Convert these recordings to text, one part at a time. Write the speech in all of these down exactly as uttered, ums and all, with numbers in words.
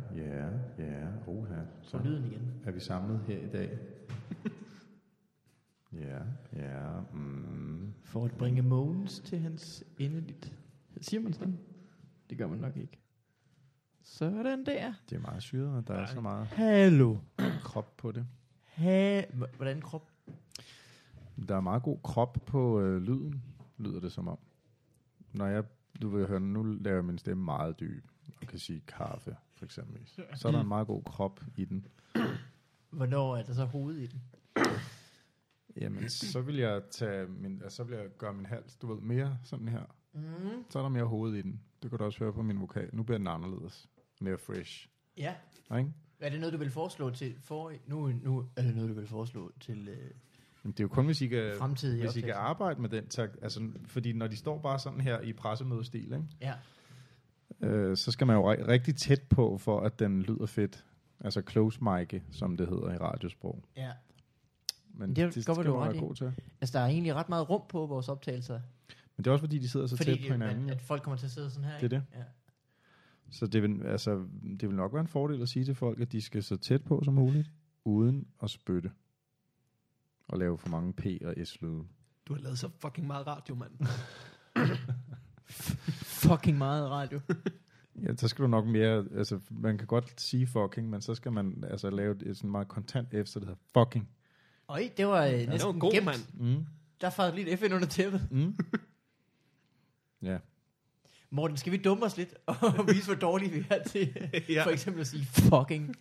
ja, ja, oha. Så lyden igen. Er vi samlet her i dag? ja, ja, mm. For at bringe Mogens til hans endeligt. Siger man sådan? Det gør man nok ikke. Sådan der. Det er meget syret, og der er så meget Hallo. krop på det. Ha- Hvordan krop? Der er meget god krop på øh, lyden, lyder det som om. Når jeg, du vil høre, nu laver min stemme meget dyb. Jeg kan sige kaffe, for eksempel. Så er der en meget god krop i den. Hvornår er der så hoved i den? Jamen, så vil jeg tage min, altså, så vil jeg gøre min hals, du ved, mere sådan her. Mm. Så er der mere hoved i den. Det kan du også høre på min vokal. Nu bliver den anderledes. Mere fresh. Ja. Ikke? Er det noget, du vil foreslå til for nu, nu er det noget, du vil foreslå til øh, Men det er jo kun, hvis I kan, fremtidige hvis I kan optagelser? arbejde med den. Tak, altså, fordi når de står bare sådan her i pressemødestil, ikke? Ja. Øh, så skal man jo ri- rigtig tæt på, for at den lyder fedt. Altså close mic, som det hedder i radiosprog. Ja. Men Det det, er- det godt, skal hvad man du har være ret i. god til. Altså, der er egentlig ret meget rum på vores optagelser. Men det er også, fordi de sidder så Fordi tæt på hinanden. at, At, at folk kommer til at sidde sådan her. Det er ikke? Ja. så det vil, altså, det vil nok være en fordel at sige til folk, at de skal så tæt på som muligt, uden at spytte. Og lave for mange P- og S-lyde. Du har lavet så fucking meget radio, mand. Fucking meget radio. Ja, så skal du nok mere, altså man kan godt sige fucking, men så skal man altså lave et sådan meget kontant F, så det hedder fucking. Øj, det var øh, Det næsten var god, gemt. mand. Mm. Der faldt lige et F ind under tæppet. Mm. Ja. Morten, skal vi dumme os lidt og vise, hvor dårlige vi er til Ja. for eksempel at sige fucking.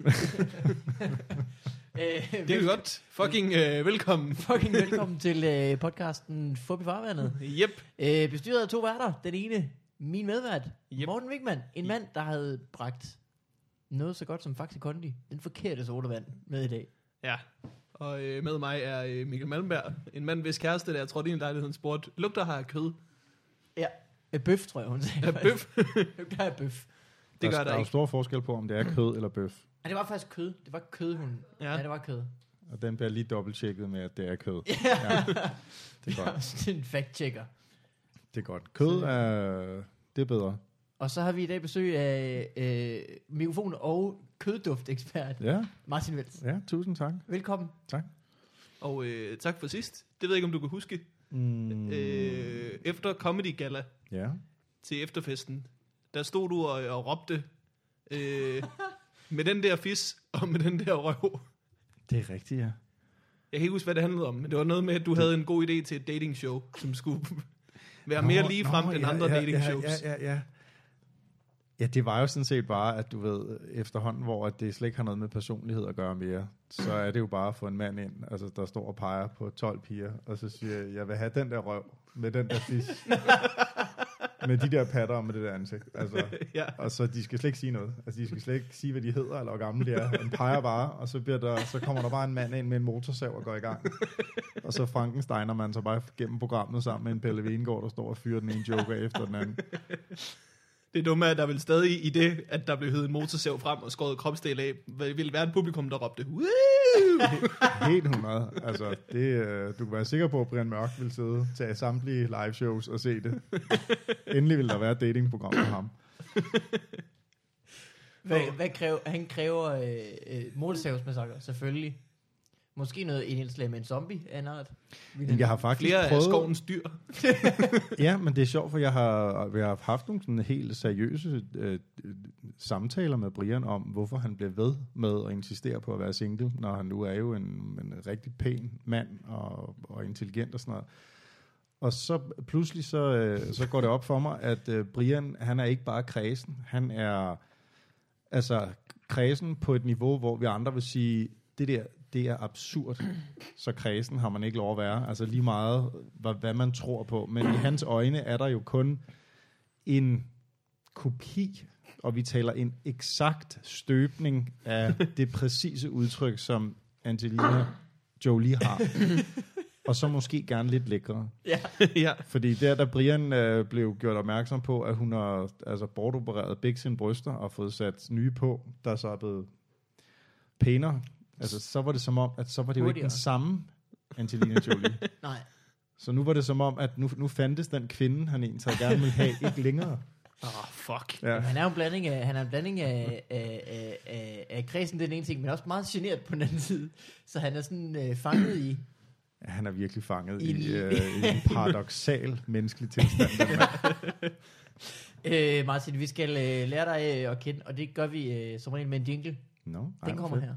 øh, Det er jo godt. Fucking øh, velkommen. Fucking velkommen til øh, podcasten Fup i farvandet. Yep. Øh, bestyret af to værter. Den ene, min medvært, Yep. Morten Wigman. En mand, der havde bragt noget så godt som Faxe Kondi, den forkerte sodavand, med i dag. Ja. Og øh, med mig er øh, Mikkel Malmberg. En mand, hvis kæreste, der jeg tror, din lejligheden spurgte, lugter her af kød? Ja, af bøf, tror jeg, hun sagde. Af bøf? Lugter af bøf. Det der, gør der der er jo ikke. stor forskel på, om det er kød eller bøf. Ja, det var faktisk kød. Det var kød, hun. Ja, Ja. ja det var kød. Og den bliver lige dobbelttjekket med, at det er kød. Ja. Ja, det er godt. Det er en fact-checker. Det er godt. Kød er, det er bedre. Og så har vi i dag besøg af øh, mikrofon- og kødduft-ekspert Ja, Martin Vels. ja, tusind tak. Velkommen. Tak. Og øh, tak for sidst. Det ved jeg ikke, om du kan huske. Mm, Øh, efter Comedy Gala ja. til efterfesten, der stod du og, og råbte øh, med den der fis og med den der røv. Det er rigtigt, ja. Jeg kan ikke huske, hvad det handlede om, men det var noget med, at du havde en god idé til et dating-show, som skulle være mere Nå, ligefrem nå, end ja, andre ja, dating-shows. Ja, ja, ja, ja. Ja, det var jo sådan set bare, at du ved, efterhånden, hvor at det slet ikke har noget med personlighed at gøre mere, så er det jo bare at få en mand ind, altså der står og peger på tolv piger, og så siger jeg, jeg vil have den der røv, med den der fis, med de der patter og med det der ansigt. Altså, Ja. og så de skal slet ikke sige noget. Altså de skal slet ikke sige, hvad de hedder, eller hvor gamle de er. Han peger bare, og så, bliver der, så kommer der bare en mand ind med en motorsav og går i gang. Og så Frankensteiner man så bare gennem programmet sammen med en Pelle Vingård, der står og fyrer den ene joker efter den anden. Det dumme er, at der vil stadig i det, at der blev hævet en motorsav frem og skåret kropsdel af, vil være et publikum, der råbte, Woo! Helt hundrede. Altså, det, øh, du kan være sikker på, at Brian Mørk vil sidde til samtlige live shows og se det. Endelig vil der være et datingprogram med ham. Hvad, hvad kræver, han kræver øh, øh, motorsavsmassakre, selvfølgelig. Måske noget en indslag med en zombie af en art. Jeg har faktisk Flere af prøvet... skovens dyr. Ja, men det er sjovt, for jeg har, vi har haft nogle sådan helt seriøse øh, samtaler med Brian om, hvorfor han bliver ved med at insistere på at være single, når han nu er jo en, en rigtig pæn mand og, og intelligent og sådan noget. Og så pludselig så, øh, så går det op for mig, at øh, Brian, han er ikke bare kræsen, han er altså kræsen på et niveau, hvor vi andre vil sige, det der, det er absurd. Så kredsen har man ikke lov at være. Altså lige meget, hvad, hvad man tror på. Men i hans øjne er der jo kun en kopi, og vi taler en eksakt støbning af det præcise udtryk, som Angelina Jolie har. Og så måske gerne lidt lækre. Ja. Ja. Fordi der, da Brian øh, blev gjort opmærksom på, at hun har altså, bortopereret begge sine bryster og fået sat nye på, der så er blevet pænere. Altså, så var det som om, at så var det jo ikke den samme Angelina Jolie. Nej. Så nu var det som om, at nu, nu fandtes den kvinde, han egentlig gerne ville have, ikke længere. Åh, oh, fuck. Ja. Han er jo en blanding af, han er en blanding af, af, af, af, af kredsen, den ene ting, men også meget genert på den anden side. Så han er sådan øh, fanget i... Ja, han er virkelig fanget I- i, øh, i en paradoksal menneskelig tilstand. den mand. Øh, Martin, vi skal øh, lære dig øh, at kende, og det gør vi øh, som regel med en jingle. No, Den ej, hvor kommer fedt. her.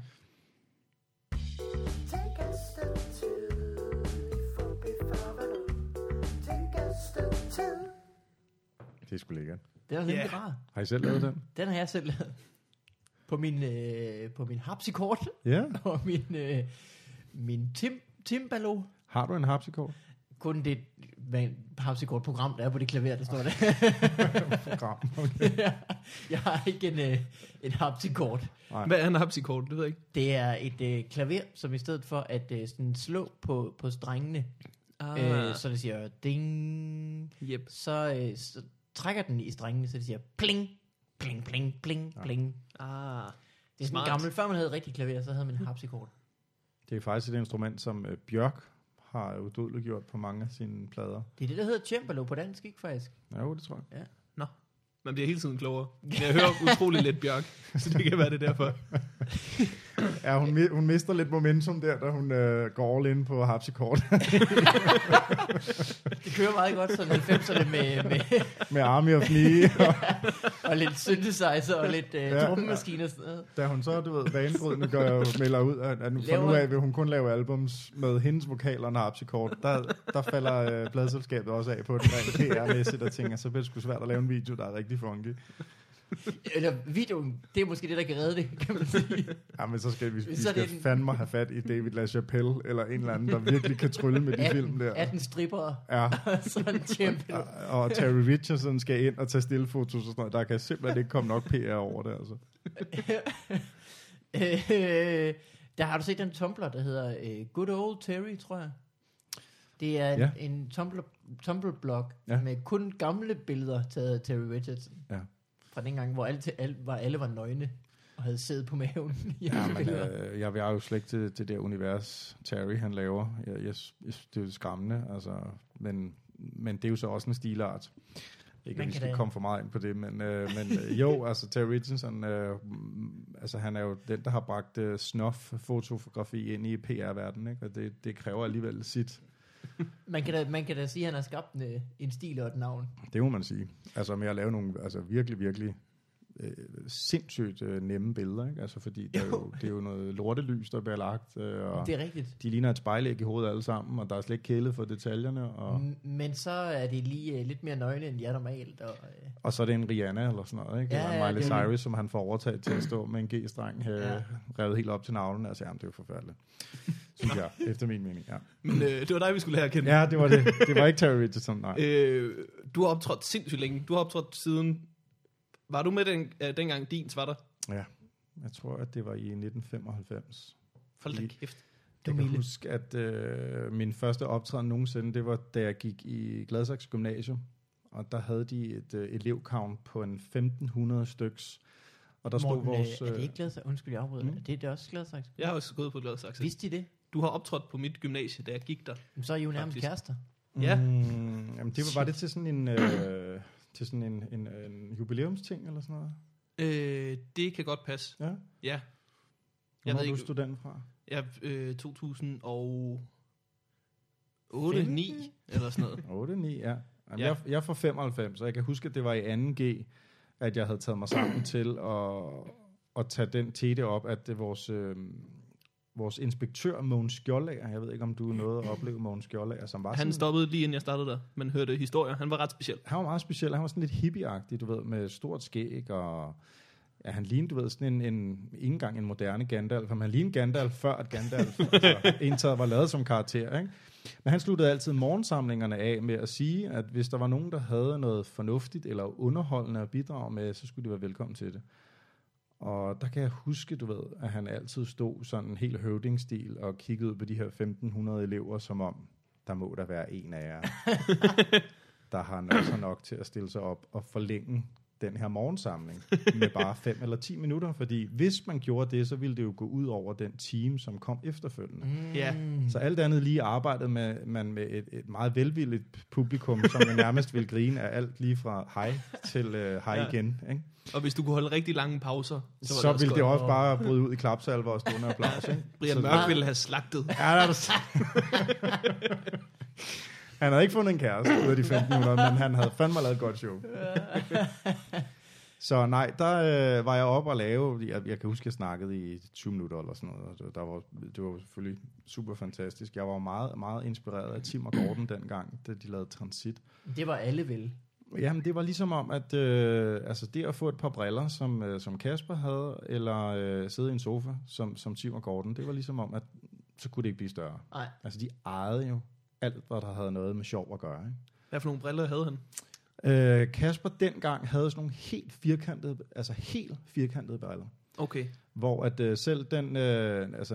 Take a step two before before Take a step two. Det er sgu lækkert. Den er rimelig Ja. rar. Har I selv lavet den? Den har jeg selv lavet. På min, øh, på min harpsichord Ja. og min, øh, min tim, timbalo. Har du en harpsichord? Kun det harpsichord-program, der er på det klaver, der står der. Program. Okay. Jeg har ikke en, øh, en harpsichord. Hvad er en harpsichord? Det ved jeg ikke. Det er et øh, klaver, som i stedet for at øh, sådan slå på, på strengene, Ah, øh, så det siger ding, yep. så, øh, så trækker den i strengene, så det siger pling, pling, pling, pling, pling. Ah, Det er sådan Smart. gammel, før man havde rigtig klaver, så havde man en harpsichord. Det er faktisk et instrument, som øh, Bjørk har jo dødeliggjort på mange af sine plader. Det er det, der hedder cembalo på dansk, ikke faktisk? Ja, jo, det tror jeg. Man bliver hele tiden klogere. Men jeg hører utrolig lidt Bjørk, så det kan være det derfor. Ja, hun, mi- hun mister lidt momentum der, da hun øh, går all in på harpsichord. Det kører meget godt, sådan halvfemserne med, med med Army of Me. Og og lidt synthesizer og lidt øh, Ja. trommemaskiner og sådan noget. da hun så, du ved, vanebrydende gør, melder ud, at, at nu, fra Laver- nu af vil hun kun lave albums med hendes vokaler og harpsichord, der, der falder øh, pladselskabet også af på den rent P R-mæssigt, og tænker, så bliver det sgu svært at lave en video, der er rigtig funky. Eller videoen, det er måske det, der kan redde det, kan man sige. Ja, men så skal vi, vi Så er skal det en- fandme have fat i David LaChapelle, eller en eller anden, der virkelig kan trylle med de atten, film der. atten stripper Ja, og sådan en cembalo. og, og Terry Richardson skal ind og tage stillefotos og sådan noget. Der kan simpelthen ikke komme nok P R over det, altså. Øh, der har du set den Tumblr, der hedder øh, Good Old Terry, tror jeg. Det er en, Ja. en Tumblr, Tumblr-blog Ja. med kun gamle billeder taget af Terry Richardson. Ja. Fra dengang, hvor alle, alle, var, alle var nøgne og havde sæd på maven. i Ja, hans men billeder. øh, jeg vil jo slet ikke til det der univers, Terry han laver. Jeg, jeg, jeg, det er jo skræmmende, altså. Men, men det er jo så også en stilart. Ikke, Man at vi kan skal da- komme for meget ind på det, men, øh, men øh, jo, altså Terry Richardson, øh, mm, altså han er jo den, der har bragt øh, snuff-fotografi ind i P R-verdenen, ikke? Og det, det kræver alligevel sit. Man kan, da, man kan da sige, at han har skabt en, øh, en stil og et navn. Det må man sige. Altså med at lave nogle altså virkelig, virkelig øh, sindssygt øh, nemme billeder, ikke? Altså fordi det er, jo, det er jo noget lortelys, der bliver lagt, øh, og Det er rigtigt. de ligner et spejlæg i hovedet alle sammen, og der er slet ikke kælet for detaljerne, og, M- Men så er det lige øh, lidt mere nøgne, end de er normalt. Og, øh, og så er det en Rihanna eller sådan noget, ikke? Ja, Eller en ja, Miley det er jo Cyrus, som han får overtaget til at stå med en G-streng øh, Ja. ja. revet helt op til navlen. Altså, jamen, det er jo forfærdeligt. Synes jeg, efter min mening, ja. Men øh, det var dig, vi skulle lære at kende. Ja, det var det. Det var ikke Terry Richardson, nej. Øh, du har optrådt sindssygt længe. Du har optrådt siden... Var du med den, øh, dengang din var der? Ja, jeg tror, at det var i nitten femoghalvfems. Hold da I- kæft. Jeg kan Mille. huske, at øh, min første optræden nogensinde, det var, da jeg gik i Gladsaxe Gymnasium. Og der havde de et øh, elevcount på en femten hundrede styks. Og der Morten, stod vores... øh, er det ikke Gladsaxe? Undskyld, jeg afbryder. Mm. Mm. Er det, det er også Gladsaxe? Jeg har også gået på Gladsaxe. Vidste I det? Du har optrådt på mit gymnasie, da jeg gik der. Jamen, så er I jo nærmest Faktisk. kærester. Ja. Mm, jamen, det var bare det til sådan en, øh, til sådan en, en, en jubilæumsting eller sådan noget. Øh, det kan godt passe. Ja. Ja. Hvor Jeg var ved du ikke- student fra? Jeg øh, to tusind og otte, Femten? ni eller sådan noget. otte ni, ja. Jamen, Ja. Jeg, jeg er fra femoghalvfems, så jeg kan huske, at det var i anden G, at jeg havde taget mig sammen til at, at tage den tete op, at det vores, øh, vores inspektør, Mogens Skjoldager, jeg ved ikke, om du nåede at opleve Mogens Skjoldager, som var Han sådan, stoppede lige inden jeg startede der, men hørte historier. Han var ret speciel. han var meget speciel, han var sådan lidt hippieagtig, du ved, med stort skæg, og ja, han lignede, du ved, sådan en, en ikke engang en moderne Gandalf, men han lignede Gandalf før, at Gandalf altså, indtaget var lavet som karakter, ikke? Men han sluttede altid morgensamlingerne af med at sige, at hvis der var nogen, der havde noget fornuftigt eller underholdende at bidrage med, så skulle de være velkommen til det. Og der kan jeg huske, du ved, at han altid stod sådan en helt høvdingstil og kiggede ud på de her femten hundrede elever, som om, der må der være en af jer, der har nok, så nok til at stille sig op og forlænge den her morgensamling med bare fem eller ti minutter, fordi hvis man gjorde det, så ville det jo gå ud over den team, som kom efterfølgende. Mm. Ja. Så alt andet lige arbejdede med, man med et, et meget velvilligt publikum, som man nærmest ville grine af alt lige fra hej til øh, hej Ja. igen. Ikke? Og hvis du kunne holde rigtig lange pauser, så, Så, var så ville det godt. også bare bryde ud i klapsalver og stående applaus. Ikke? Brian Så- Mørk ville have slagtet. Ja, der er det. Han havde ikke fundet en kæreste ud af de femten minutter, men han havde fandme lavet et godt show. Så nej, der øh, var jeg oppe og lave, jeg, jeg kan huske, jeg snakkede i tyve minutter eller sådan noget, og det, der var, det var selvfølgelig super fantastisk. Jeg var meget, meget inspireret af Tim og Gordon dengang, da de lavede Transit. Det var alle vel. Jamen, det var ligesom om, at øh, altså det at få et par briller, som, øh, som Kasper havde, eller øh, sidde i en sofa, som, som Tim og Gordon, det var ligesom om, at så kunne det ikke blive større. Nej. Altså, de ejede jo alt, hvad der havde noget med sjov at gøre. Ikke? Hvad for nogle briller havde han? Øh, Kasper dengang havde sådan nogle helt firkantede, altså helt firkantede briller, Okay. hvor at øh, selv den øh, altså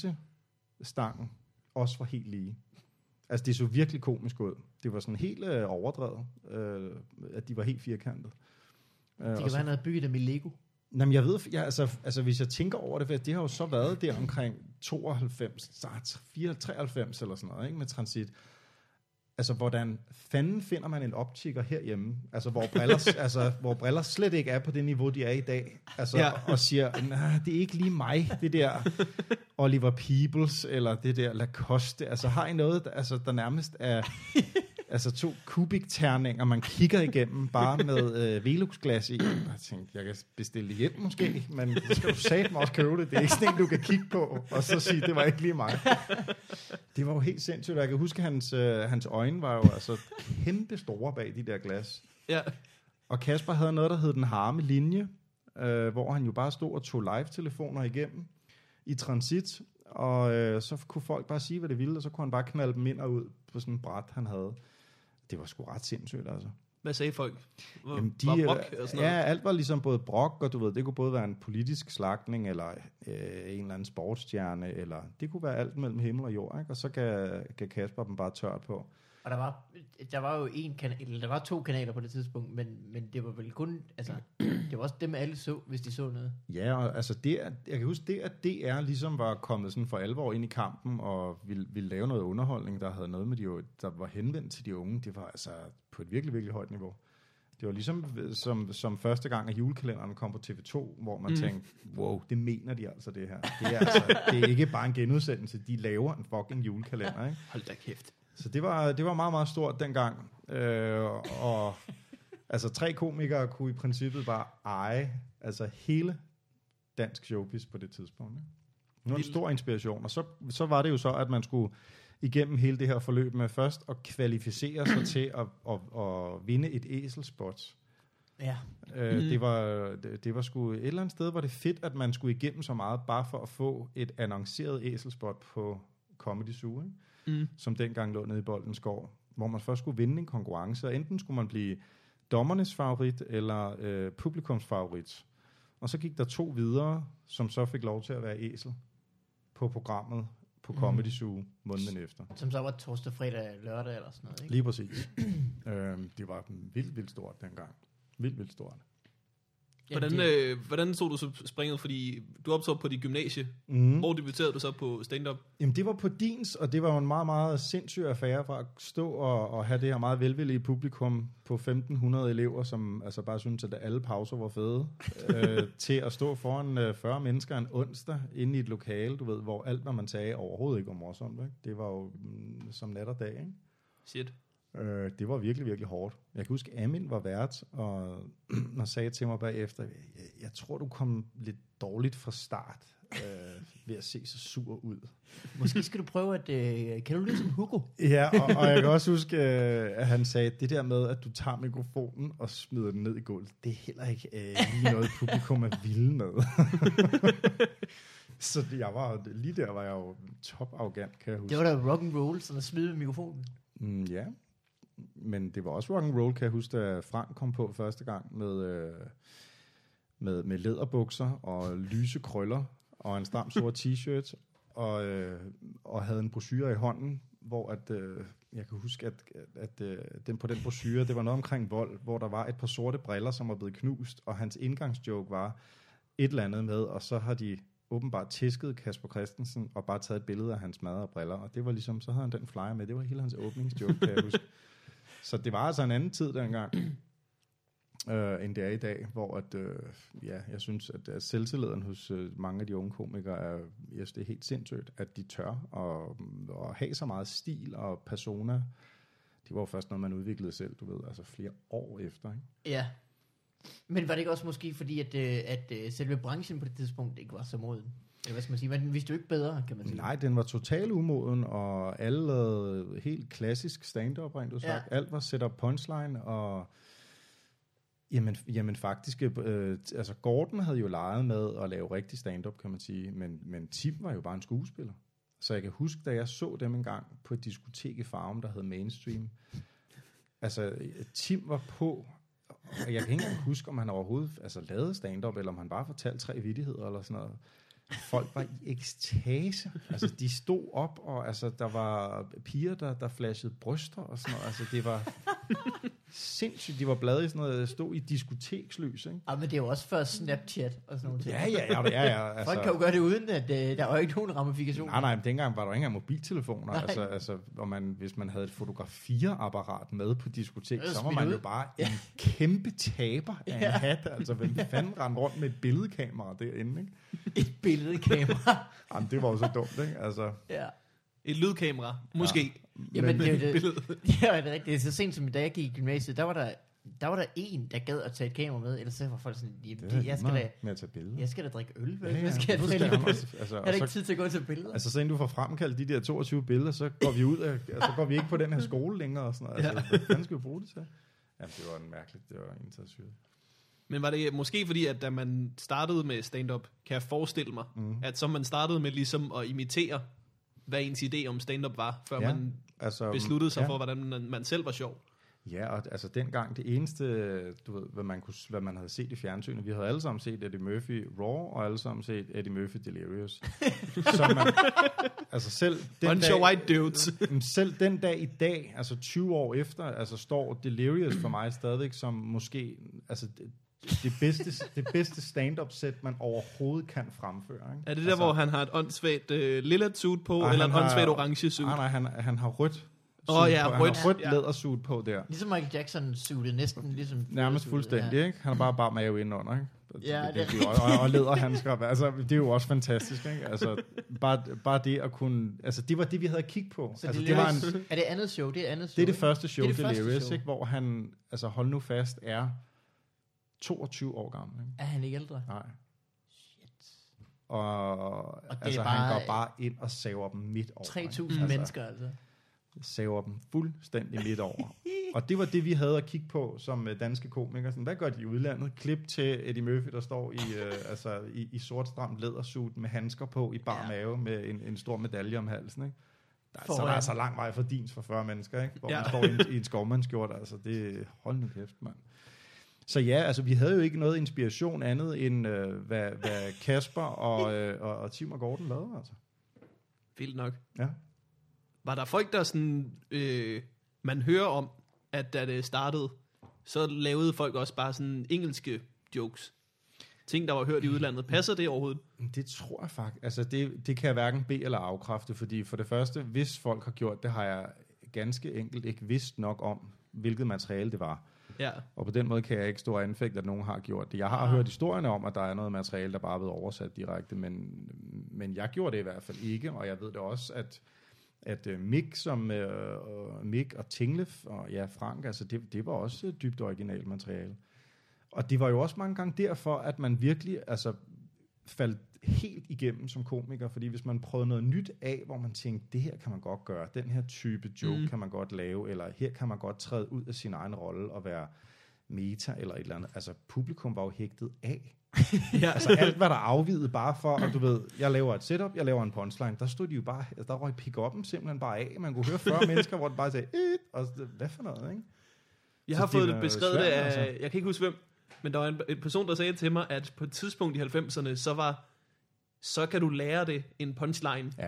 næsestangen også var helt lige. Altså, det så virkelig komisk ud. Det var sådan helt øh, overdrevet, øh, at de var helt firkantede. Øh, Det og kan så- være, han havde bygget dem i Lego. Jamen, jeg ved, jeg, altså, altså, hvis jeg tænker over det, for det har jo så været der omkring tooghalvfems, start fireoghalvfems, treoghalvfems eller sådan noget, ikke, med Transit. Altså, hvordan fanden finder man en optiker herhjemme? Altså, hvor briller, altså, hvor briller slet ikke er på det niveau, de er i dag. Altså, Ja. ja. og siger, nej, det er ikke lige mig, det der Oliver Peebles, eller det der Lacoste. Altså, har I noget, der, altså, der nærmest er altså to kubikterninger, man kigger igennem, bare med øh, Velux-glas i. Jeg tænkte, jeg kan bestille det hjem måske, men så skal du satme også købe det. Det er ikke sådan en, du kan kigge på, og så sige, det var ikke lige mig. Det var jo helt sindssygt. Jeg kan huske, hans, øh, hans øjne var jo altså kæmpe store bag de der glas. Ja. Og Kasper havde noget, der hed den harme linje, øh, hvor han jo bare stod og tog live-telefoner igennem i Transit, og øh, så kunne folk bare sige, hvad det ville, og så kunne han bare knalde dem ind og ud på sådan en bræt, han havde. Det var sgu ret sindssygt, altså. Hvad sagde folk? Var, Jamen, de, var brok øh, og sådan ja, noget? alt var ligesom både brok, og du ved, det kunne både være en politisk slagtning, eller øh, en eller anden sportsstjerne, eller det kunne være alt mellem himmel og jord, ikke? Og så kan, kan Kasper dem bare tørt på. Og der var, der var jo en kanal, eller der var to kanaler på det tidspunkt, men, men det var vel kun, altså, det var også dem alle så, hvis de så noget. Ja, og altså det, at, jeg kan huske det, at D R ligesom var kommet sådan for alvor ind i kampen, og ville, ville lave noget underholdning, der havde noget med de, der var henvendt til de unge, det var altså på et virkelig, virkelig højt niveau. Det var ligesom som, som første gang, at julekalenderen kom på T V to, hvor man mm. tænkte, wow, det mener de altså det her. Det er, altså, det er ikke bare en genudsendelse, de laver en fucking julekalender, ikke? Hold da kæft. Så det var, det var meget, meget stort dengang. Øh, og altså tre komikere kunne i princippet bare eje altså hele dansk showbiz på det tidspunkt. Ikke? Det var en stor inspiration. Og så, så var det jo så, at man skulle igennem hele det her forløb med først at kvalificere sig til at, at, at vinde et æselspot. Ja. Øh, mm. det, var, det, det var sgu et eller andet sted, hvor det fedt, at man skulle igennem så meget, bare for at få et annonceret æselspot på Comedy Zoo, ikke? Mm. Som dengang lå nede i Boldens Gård, hvor man først skulle vinde en konkurrence, og enten skulle man blive dommernes favorit, eller øh, publikums favorit. Og så gik der to videre, som så fik lov til at være æsel på programmet på Comedy Zoo måneden efter. Som så var torsdag, fredag, lørdag eller sådan noget, ikke? Lige præcis. øhm, det var vildt, vildt stort dengang. Vildt, vildt stort. Hvordan, det, øh, hvordan tog du så springet? Fordi du optog på dit gymnasie. Mm. Hvor debuterede du så på stand-up? Jamen, det var på Dins, og det var jo en meget, meget sindssyg affære fra at stå og, og have det her meget velvillige publikum på femten hundrede elever, som altså bare syntes, at alle pauser var fede, øh, til at stå foran øh, fyrre mennesker en onsdag inde i et lokale, du ved, hvor alt, hvad man sagde, overhovedet ikke var morsomt. Ikke? Det var jo mm, som nat og dag, ikke? Shit. Øh, det var virkelig, virkelig hårdt. Jeg kan huske, Amin var vært, og, og sagde til mig bagefter, jeg, jeg tror, du kom lidt dårligt fra start, øh, ved at se så sur ud. Måske skal du prøve at, øh, kan du lyde som Hugo? Ja, og, og jeg kan også huske, øh, at han sagde, det der med, at du tager mikrofonen og smider den ned i gulvet, det er heller ikke øh, lige noget, publikum er vilde med. Så det, jeg var, lige der var jeg jo top arrogant, kan jeg huske. Det var da rock and roll, sådan at smide med mikrofonen. Mm, ja, men det var også rock and roll, kan jeg huske, da Frank kom på første gang med, øh, med, med læderbukser og lyse krøller og en stram sort t-shirt og, øh, og havde en brochure i hånden, hvor at, øh, jeg kan huske, at, at øh, den på den brochure, det var noget omkring vold, hvor der var et par sorte briller, som var blevet knust, og hans indgangsjoke var et eller andet med, og så har de åbenbart tæsket Kasper Christensen, og bare taget et billede af hans madrede briller, og det var ligesom, så havde han den flyer med, det var hele hans åbningsjoke, kan jeg huske. Så det var altså en anden tid dengang, øh, end det er i dag, hvor at, øh, ja, jeg synes, at, at selvtilliden hos øh, mange af de unge komikere er, yes, det er helt sindssygt, at de tør at, at have så meget stil og persona. Det var jo først noget, man udviklede selv, du ved, altså flere år efter, ikke? Ja. Men var det ikke også måske fordi, at, øh, at øh, selve branchen på det tidspunkt ikke var så moden? Eller hvad skal man sige? Men den vidste jo ikke bedre, kan man sige. Nej, den var totalt umoden, og alle lavede helt klassisk stand-up, rent du sagt. Ja. Alt var set up punchline, og jamen, jamen faktisk, øh, altså Gordon havde jo leget med at lave rigtig stand-up, kan man sige, men, men Tim var jo bare en skuespiller. Så jeg kan huske, da jeg så dem en gang på et diskotek i Farum, der hed Mainstream. Altså, Tim var på, og jeg kan ikke engang huske, om han overhovedet altså, lavede stand-up, eller om han bare fortalte tre vittigheder, eller sådan noget. Folk var i ekstase. Altså, de stod op, og altså, der var piger, der, der flashede bryster, og sådan noget. Altså, det var sindssygt. De var bladet i sådan noget, stod i diskotekslys, ikke? Ja, men det er jo også før Snapchat og sådan noget. Ja, ja, ja. ja, ja altså, Folk kan jo gøre det uden, at øh, der var jo ikke nogen ramifikationer. Nej, nej, men dengang var der ikke engang mobiltelefoner. Altså, altså og man, hvis man havde et fotografiapparat med på diskotek, så var man jo bare ja. en kæmpe taber af ja. en hat. Altså, hvem fanden rendte rundt med et billedkamera derinde, ikke? Et billedkamera. Jamen, det var jo så dumt, ikke? Altså, ja. Et lydkamera, måske. Ja. Jamen, det er det. Ja, det er rigtigt. Så sent som da jeg gik i gymnasiet, der var der, der var der en, der gad at tage et kamera med, ellers så var folk sådan, jeg, det jeg, skal da, med at tage billeder. jeg skal da drikke øl, Ja, ja, jeg skal du da skal drikke have- øl. altså, Jeg har og da ikke så- tid til at gå og tage billeder. Altså, så inden du får fremkaldt de der toogtyve billeder, så går vi ud af, altså, går vi ikke på den her skole længere og sådan noget. Altså, Ja. hvad fanden skal vi bruge det til? Jamen, det var en mærkeligt, det var en taget syret. Men var det måske fordi, at da man startede med stand-up, kan jeg forestille mig, Mhm. mm. at så man startede med ligesom at imitere, hvad ens idé om stand-up var, før Ja, ja, man Altså, besluttede sig ja. ja. for, hvordan man, man selv var sjov. Ja, og altså dengang, det eneste, du ved, hvad man, kunne, hvad man havde set i fjernsynet, vi havde alle sammen set Eddie Murphy Raw, og alle sammen set Eddie Murphy Delirious. Så man, altså selv den Bunch of white dudes. Men selv den dag i dag, altså tyve år efter, altså står Delirious for mig stadigvæk som måske, altså det, det bedste, det bedste stand-up set, man overhovedet kan fremføre. Ikke? Er det der, altså, hvor han har et åndssvagt øh, lilla suit på, og eller han et har- åndssvagt orange suit? Nej, nej, han, han har rødt. Åh, suit ja, på. Han rødt. har rødt Ja. lædersuit på der. Ligesom Michael Jackson suited næsten ligesom Nærmest fuldstændig, ja. ikke? Han har bare bare mave indenunder, ikke? Ja, det, det- det, det, og, og læderhandsker, altså det er jo også fantastisk, ikke? Altså bare, bare det at kunne, altså det var det vi havde at kigge på. Så Altså, det, det var en, er det andet show? Det er andet show. det er det ikke? første show, Det er det første Delirious, show. ikke? Hvor han, altså hold nu fast, er toogtyve år gammel, ikke? Er han ikke ældre? Nej. Shit. Og, det er altså bare han går bare ind og saver dem midt over. tre ikke? tusind Altså, mennesker, altså. saver dem fuldstændig midt over. Og det var det, vi havde at kigge på som øh, danske komikere. Sådan, hvad gør de i udlandet? Klip til Eddie Murphy, der står i, øh, altså, i, i sort stramt lædersuit med handsker på i bar Ja. mave med en, en stor medalje om halsen. Ikke? Der, er- så Foran. der er så lang vej fra dins for fyrre mennesker, ikke? Hvor Ja. ja. man står i en, i en skovmandskjort. Altså, det, hold nu kæft, mand. Så ja, altså vi havde jo ikke noget inspiration andet end øh, hvad, hvad Kasper og, øh, og, og Tim og Gordon lavede. Altså. Vildt nok. Ja. Var der folk, der sådan, øh, man hører om, at da det startede, så lavede folk også bare sådan engelske jokes? Ting, der var hørt i udlandet. Passer det overhovedet? Det tror jeg faktisk. Altså det, det kan jeg hverken bede eller afkræfte, fordi for det første, hvis folk har gjort det, har jeg ganske enkelt ikke vidst nok om, hvilket materiale det var. Ja. Og på den måde kan jeg ikke stå og anfægte, at nogen har gjort det. Jeg har Ah. hørt historierne om, at der er noget materiale, der bare er blevet oversat direkte, men, men jeg gjorde det i hvert fald ikke, og jeg ved det også, at at uh, Mick, som, uh, Mick og Tinglef og ja, Frank, altså det, det var også dybt originalt materiale. Og det var jo også mange gange derfor, at man virkelig altså, faldt helt igennem som komiker, fordi hvis man prøvede noget nyt af, hvor man tænkte, det her kan man godt gøre, den her type joke Mm. kan man godt lave, eller her kan man godt træde ud af sin egen rolle og være meta eller et eller andet. Altså publikum var jo hægtet af. Ja. Altså alt, hvad der afvidede bare for, og du ved, jeg laver et setup, jeg laver en punchline, der stod de jo bare, der røg pick-up'en simpelthen bare af. Man kunne høre fyrre mennesker, hvor det bare sagde, øh, og så, hvad for noget, ikke? Jeg Så har det fået var det beskrevet svært, af, altså. jeg kan ikke huske hvem, men der var en, en person, der sagde til mig, at på et tidspunkt i halvfemserne, så var, så kan du lære det en punchline. Ja, ja.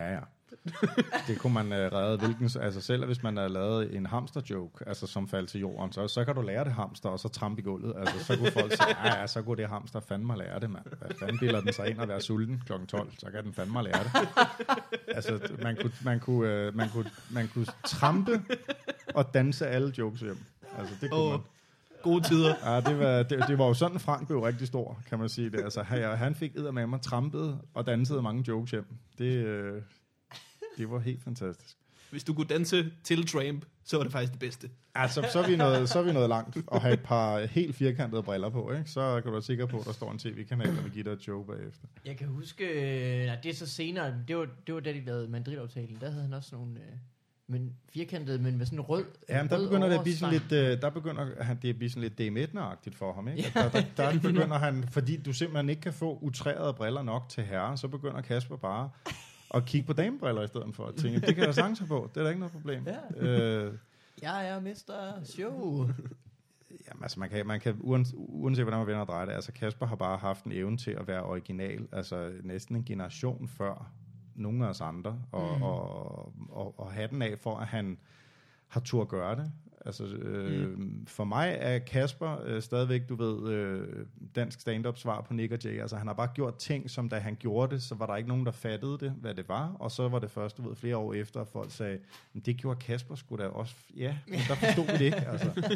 Det kunne man uh, redde hvilken, altså selv hvis man har lavet en hamster-joke, altså som faldt til jorden, så, så kan du lære det hamster, og så trampe i gulvet. Altså så kunne folk sige, ja, ja, så kunne det hamster fandme lære det, mand. Hvad fanden bilder den sig ind og være sulten klokken tolv, så kan den fandme lære det. Altså man kunne, man kunne, uh, man kunne, man kunne trampe og danse alle jokes hjem. Altså det kunne Åh, man. gode tider. Ja, det var, det, det var jo sådan, Frank blev rigtig stor, kan man sige det. Altså han, han fik eddermame trampet og dansede mange jokes hjem. Det... Uh, Det var helt fantastisk. Hvis du kunne danse til Tramp, så var det faktisk det bedste. Altså, så er vi noget, så er vi noget langt og have et par helt firkantede briller på, ikke? Så kan du være sikker på, at der står en tv-kanal, der vil give dig et show bagefter. Jeg kan huske, øh, nej, det er så senere, det var, det var da de lavede Madrid-aftalen, der havde han også nogle øh, men firkantede, men med sådan en rød. Ja, men der rød begynder det at blive sådan overstreg. lidt, øh, der begynder han, det at blive sådan lidt D M et-agtigt for ham, ikke? Ja, Der, der, der det er begynder han, fordi du simpelthen ikke kan få utrærede briller nok til herre, så begynder Kasper bare at kigge på damebriller i stedet for at tænke, det kan jeg sagtens have på, det er da ikke noget problem. Ja. Øh, Jeg er mister Show. Jamen, altså man kan, man kan uanset, uanset hvordan man vender og drejer det, altså Kasper har bare haft en evne til at være original, altså næsten en generation før nogle af os andre, og, mm. og, og, og hatten af for, at han har tur at gøre det. Altså, øh, mm. For mig er Kasper øh, stadigvæk, du ved, øh, dansk stand-up svar på Nick og Jay. Altså han har bare gjort ting, som da han gjorde det, så var der ikke nogen, der fattede det, hvad det var. Og så var det først, du ved, flere år efter, at folk sagde, det gjorde Kasper sgu da også. Ja, men der forstod vi det ikke, altså.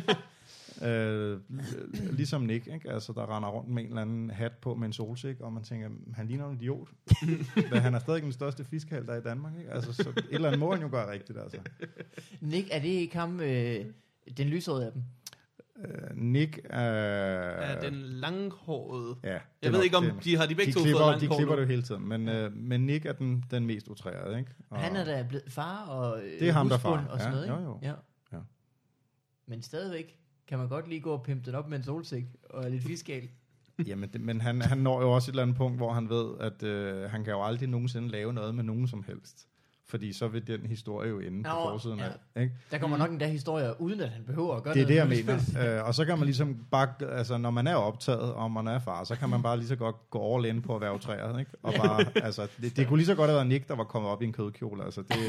Øh, ligesom Nick, ikke? Altså, der render rundt med en eller anden hat på med en solsik, og man tænker, han ligner en idiot. Men han er stadig den største fiskehal, der er i Danmark, ikke? Altså, så et eller andet må han jo gøre rigtigt, altså. Nick, er det ikke ham, øh, den lysrøde af dem? Uh, Nick er... Ja, den langhårede. Ja, Jeg ved ikke, om de har de begge de to fået klipper, de langhår klipper nu. det jo hele tiden, men, uh, men Nick er den, den mest utrærede, ikke? Og Han er da blevet far og øh, Det er ham, der er husbond far. og sådan Ja, noget, ikke? jo, jo. Ja. Ja. Men stadigvæk kan man godt lige gå og pimpe den op med en solsik og lidt fiskal. Jamen, det, men han, han når jo også et eller andet punkt, hvor han ved, at øh, han kan jo aldrig nogensinde lave noget med nogen som helst. Fordi så vil den historie jo ende på Nå, forsiden ja. af. Ikke? Der kommer nok en dag historier, uden at han behøver at gøre Det er det, jeg noget. mener. øh, og så kan man ligesom bare, altså når man er optaget, og man er far, så kan man bare lige så godt gå all in på at være utræret, ikke? Og bare, altså, det, det kunne lige så godt have været Nick, der var kommet op i en kødkjole. Altså, det,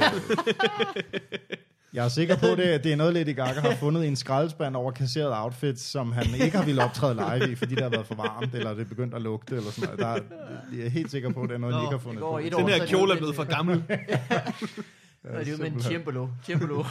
jeg er sikker på, det, at det er noget, Lady Gaga har fundet i en skraldespand over kasserede outfits, som han ikke har ville optræde live i, fordi det har været for varmt, eller det er begyndt at lugte, eller sådan noget. Der, jeg er helt sikker på, at det er noget, Nå, Nick har fundet det går på. et Den år, så her er det kjole jo er blevet den- for gammel. Og det er jo med en simpelthen. Ciambolo. Ciambolo.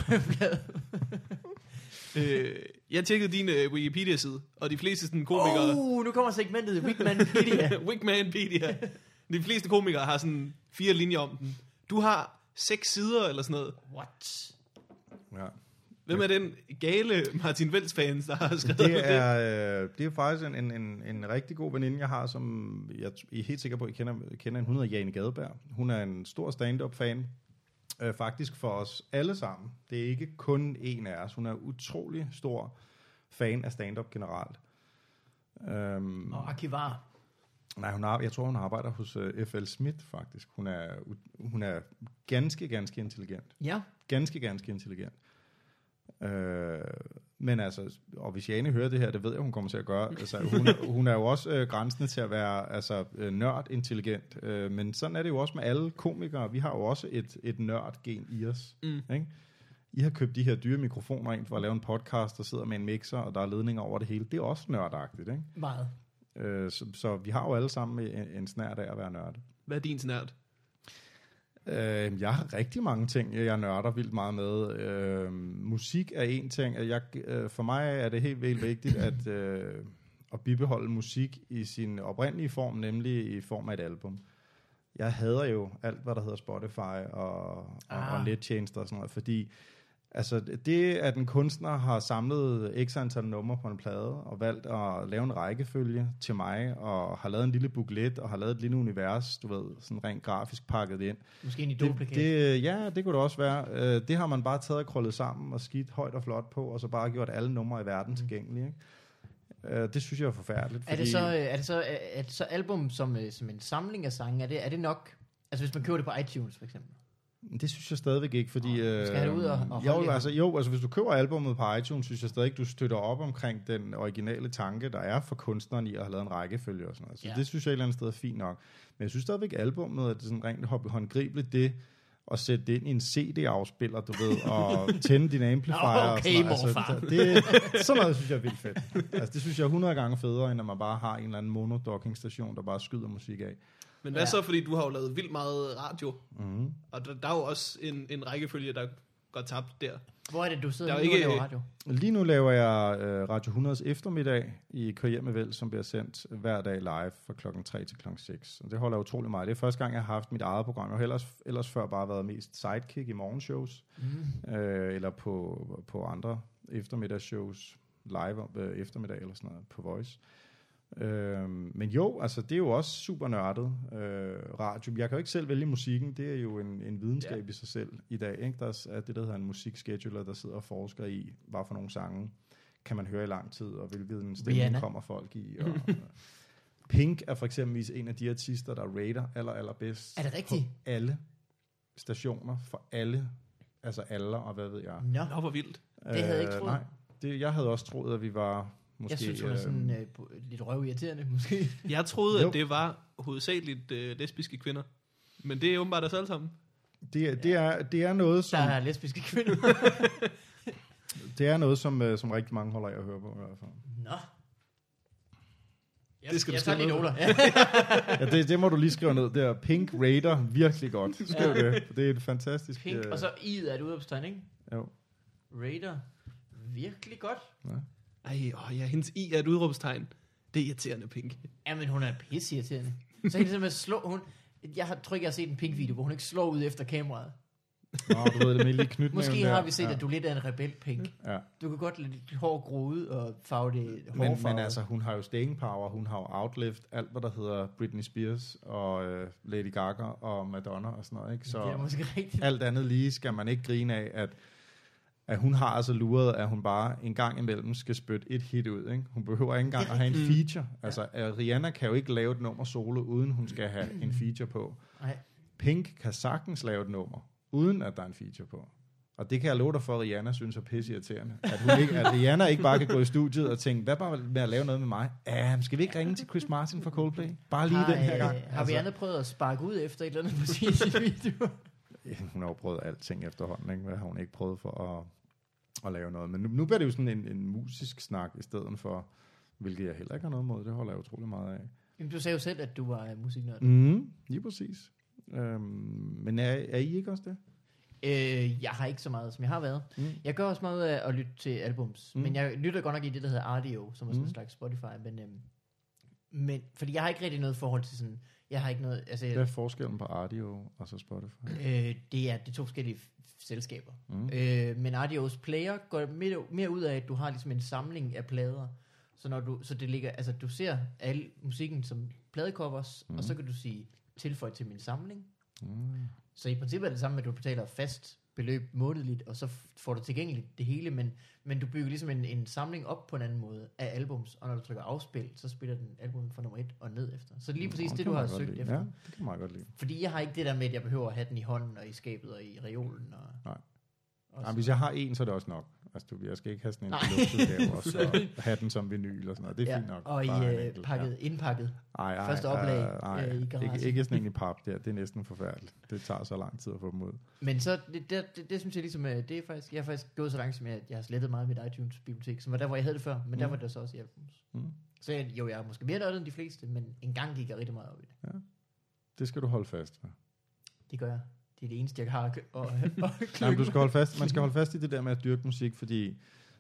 øh, jeg tjekkede din uh, Wikipedia-side, og de fleste sådan, komikere... Uh, nu kommer segmentet Wigmanpedia. Wigmanpedia. De fleste komikere har sådan fire linjer om den. Du har seks sider eller sådan noget. What? Ja. Hvem er den gale Martin Welts-fans, der har skrevet Det er, øh, det er faktisk en, en, en, en rigtig god veninde, jeg har, som jeg er helt sikker på, at I kender, kender en. Hun hedder Jane Gadeberg. Hun er en stor stand-up-fan, øh, faktisk for os alle sammen. Det er ikke kun en af os. Hun er utrolig stor fan af stand-up generelt. Um, Og arkivar. nej, hun har, jeg tror, hun arbejder hos uh, F L Smith, faktisk. Hun er, hun er ganske, ganske intelligent. Ja. Ganske, ganske intelligent. Øh, men altså, og hvis Jane hører det her, det ved jeg, hun kommer til at gøre. Altså, hun, hun er jo også øh, grænsende til at være altså, øh, nørd-intelligent. Øh, men sådan er det jo også med alle komikere. Vi har jo også et, et nørd-gen i os. Mm. Ikke? I har købt de her dyre mikrofoner ind for at lave en podcast, der sidder med en mixer, og der er ledninger over det hele. Det er også nørdagtigt. Ikke? Meget. Øh, så, så vi har jo alle sammen en, en snært af at være nørde. Hvad er din snært? Øh, jeg har rigtig mange ting, jeg nørder vildt meget med. Øh, musik er en ting. Jeg, øh, for mig er det helt vildt vigtigt at, øh, at bibeholde musik i sin oprindelige form, nemlig i form af et album. Jeg hader jo alt, hvad der hedder Spotify og, og, Ah. og nettjenester og sådan noget, fordi altså det, at en kunstner har samlet x antal numre på en plade og valgt at lave en rækkefølge til mig, og har lavet en lille booklet og har lavet et lille univers, du ved, sådan rent grafisk pakket ind. Måske en Det, idolplakat. det, ja, det kunne det også være. Øh, Det har man bare taget og krøllet sammen og skidt højt og flot på, og så bare gjort alle numre i verden tilgængelige. Ikke? Øh, Det synes jeg er forfærdeligt. Er det så, øh, er det så, er er det så album som, øh, som en samling af sange? Er det, er det nok? Altså hvis man køber det på iTunes for eksempel. Det synes jeg stadigvæk ikke, fordi... Nå, skal have det ud og- og jo, holde i altså, jo, altså hvis du køber albummet på iTunes, synes jeg stadig, du støtter op omkring den originale tanke, der er for kunstneren i at have lavet en rækkefølge og sådan noget. Så Ja. det synes jeg et eller andet sted er fint nok. Men jeg synes stadigvæk, albummet er sådan rent håndgribeligt det, og sætte det ind i en C D-afspiller, du ved, og tænde din amplifier. Nå, okay, og sådan, morfar. altså, det, sådan noget synes jeg er vildt fedt. Altså, det synes jeg er hundrede gange federe, end at man bare har en eller anden monodocking-station, der bare skyder musik af. Men hvad Ja. så, fordi du har jo lavet vildt meget radio, Mm. og der, der er jo også en, en rækkefølge, der går tabt der. Hvor er det, du sidder Der er jo nu og ikke- laver radio? Lige nu laver jeg øh, Radio hundredes eftermiddag i Kør hjem med Vel, som bliver sendt hver dag live fra klokken tre til klokken seks. Og det holder utrolig meget. Det er første gang, jeg har haft mit eget program. Jeg har ellers, ellers før bare været mest sidekick i morgenshows, Mm. øh, eller på, på andre eftermiddagsshows, live øh, eftermiddag eller sådan noget, på Voice. Øh, men jo, altså det er jo også super nørdet øh, radio. Jeg kan jo ikke selv vælge musikken, det er jo en, en videnskab ja. i sig selv i dag. Ikke? Der er det, der hedder en musikscheduler, der sidder og forsker i, hvad for nogle sange kan man høre i lang tid, og hvilken stemning Rihanna. kommer folk i. Og, Pink er for eksempel en af de artister, der rater aller, aller bedst Er det rigtigt? på alle stationer, for alle, altså alder, og hvad ved jeg. Nå, Nå, hvor vildt. Det havde jeg ikke troet. Nej, det, jeg havde også troet, at vi var måske... jeg synes, hun er sådan øh, på- lidt røvirriterende, måske. Jeg troede, Jo. at det var hovedsageligt øh, lesbiske kvinder. Men det er åbenbart os alle sammen. det, er- det, er, det er noget, Der som, er lesbiske kvinder. det er noget, som, øh, som rigtig mange holder af at høre på i hvert fald. Nå. Jeg, Det skal du jeg tager skrive lige ned. noter. Ja. Ja, det, det må du lige skrive ned. Det er Pink Raider virkelig godt. Skriv det. Det er et fantastisk... Pink, øh, og så I'et er et udopstegn, ikke? Jo. Raider. Virkelig godt. Ja. Ej, åh, ja, hendes i er et udråbstegn. Det er irriterende, Pink. Jamen, hun er pisseirriterende. Så hende simpelthen slå... Hun, jeg har, tror ikke, jeg har set en Pink-video, hvor hun ikke slår ud efter kameraet. Nå, du ved det med lige knytningen. Måske der. har vi set, ja. at du er lidt af en rebel, Pink. Ja. Du kan godt lade dit hår gro ud og farve det Men, hårfarvet. men altså, hun har jo staying power, hun har jo outlived alt, hvad der hedder Britney Spears og øh, Lady Gaga og Madonna og sådan noget, ikke? Så det er måske rigtigt. alt andet lige skal man ikke grine af, at, at hun har altså luret, at hun bare en gang imellem skal spytte et hit ud, ikke? Hun behøver ikke engang at have en feature. Altså, ja. Rihanna kan jo ikke lave et nummer solo, uden hun skal have en feature på. Nej. Pink kan sagtens lave et nummer, uden at der er en feature på. Og det kan jeg love dig for, at Rihanna synes er pisseirriterende. At, hun ikke, at Rihanna ikke bare kan gå i studiet og tænke, hvad bare med at lave noget med mig? Ja, skal vi ikke ringe til Chris Martin fra Coldplay? Bare lige har, den her øh, gang. Har vi andet prøvet at sparke ud efter et eller andet musik i video? Ja, hun har jo prøvet alting efterhånden, ikke? Hvad har hun ikke prøvet for at, at lave noget? Men nu, nu bliver det jo sådan en, en musisk snak i stedet for, hvilket jeg heller ikke har noget mod. Det holder jeg utrolig meget af. Jamen, du sagde jo selv, at du var uh, musiknørd. Mm, lige præcis. Øhm, men er, er I ikke også det? Øh, jeg har ikke så meget, som jeg har været. Mm. Jeg gør også meget ud af at lytte til albums. Mm. Mm. Men jeg lytter godt nok i det, der hedder Ardio, som er sådan Mm. en slags Spotify. Men, øhm, men, fordi jeg har ikke rigtig noget forhold til sådan... Jeg har ikke noget... Altså, Hvad er forskellen på Ardio og så Spotify? øh, det er de to forskellige f- selskaber. Mm. Øh, men Ardios player går mere, mere ud af, at du har ligesom en samling af plader. Så når du, så det ligger, altså du ser al musikken som pladecovers, Mm. og så kan du sige, tilføj til min samling. Mm. Så i princippet er det samme, at du betaler fast beløb månedligt, og så f- får du tilgængeligt det hele, men, men du bygger ligesom en, en samling op på en anden måde af albums, og når du trykker afspil, så spiller den album fra nummer et og ned efter. Så det er lige præcis Nå, det, kan du har man godt søgt lide. efter. Ja, det kan man meget godt lide. Fordi jeg har ikke det der med, at jeg behøver at have den i hånden, og i skabet, og i reolen. Og, Nej. og Ja, hvis jeg har en, så er det også nok. Altså, du, jeg skal ikke have sådan en Nej. luksusgave, og så have den som vinyl og sådan noget. Det er ja, fint nok. og i Bare en øh, enkelt, pakket, indpakket. Ej, ej, første ej, oplag, ej, øh, i garagen. ikke, ikke sådan en i pap der. Det er næsten forfærdeligt. Det tager så lang tid at få dem ud. Men så, det, det, det, det synes jeg ligesom, øh, det er faktisk, jeg har faktisk gået så langt, som jeg, jeg har slettet meget af mit iTunes-bibliotek, som var der, hvor jeg havde det før, men mm. der Mm. var det så også i albums. Mm. Så jeg, jo, jeg er måske mere nørdet end de fleste, men en gang gik jeg rigtig meget op i det. Det skal du holde fast ved. Det gør jeg. Det er det eneste, jeg har at og, og Nej, men du skal holde fast, man skal holde fast i det der med at dyrke musik, fordi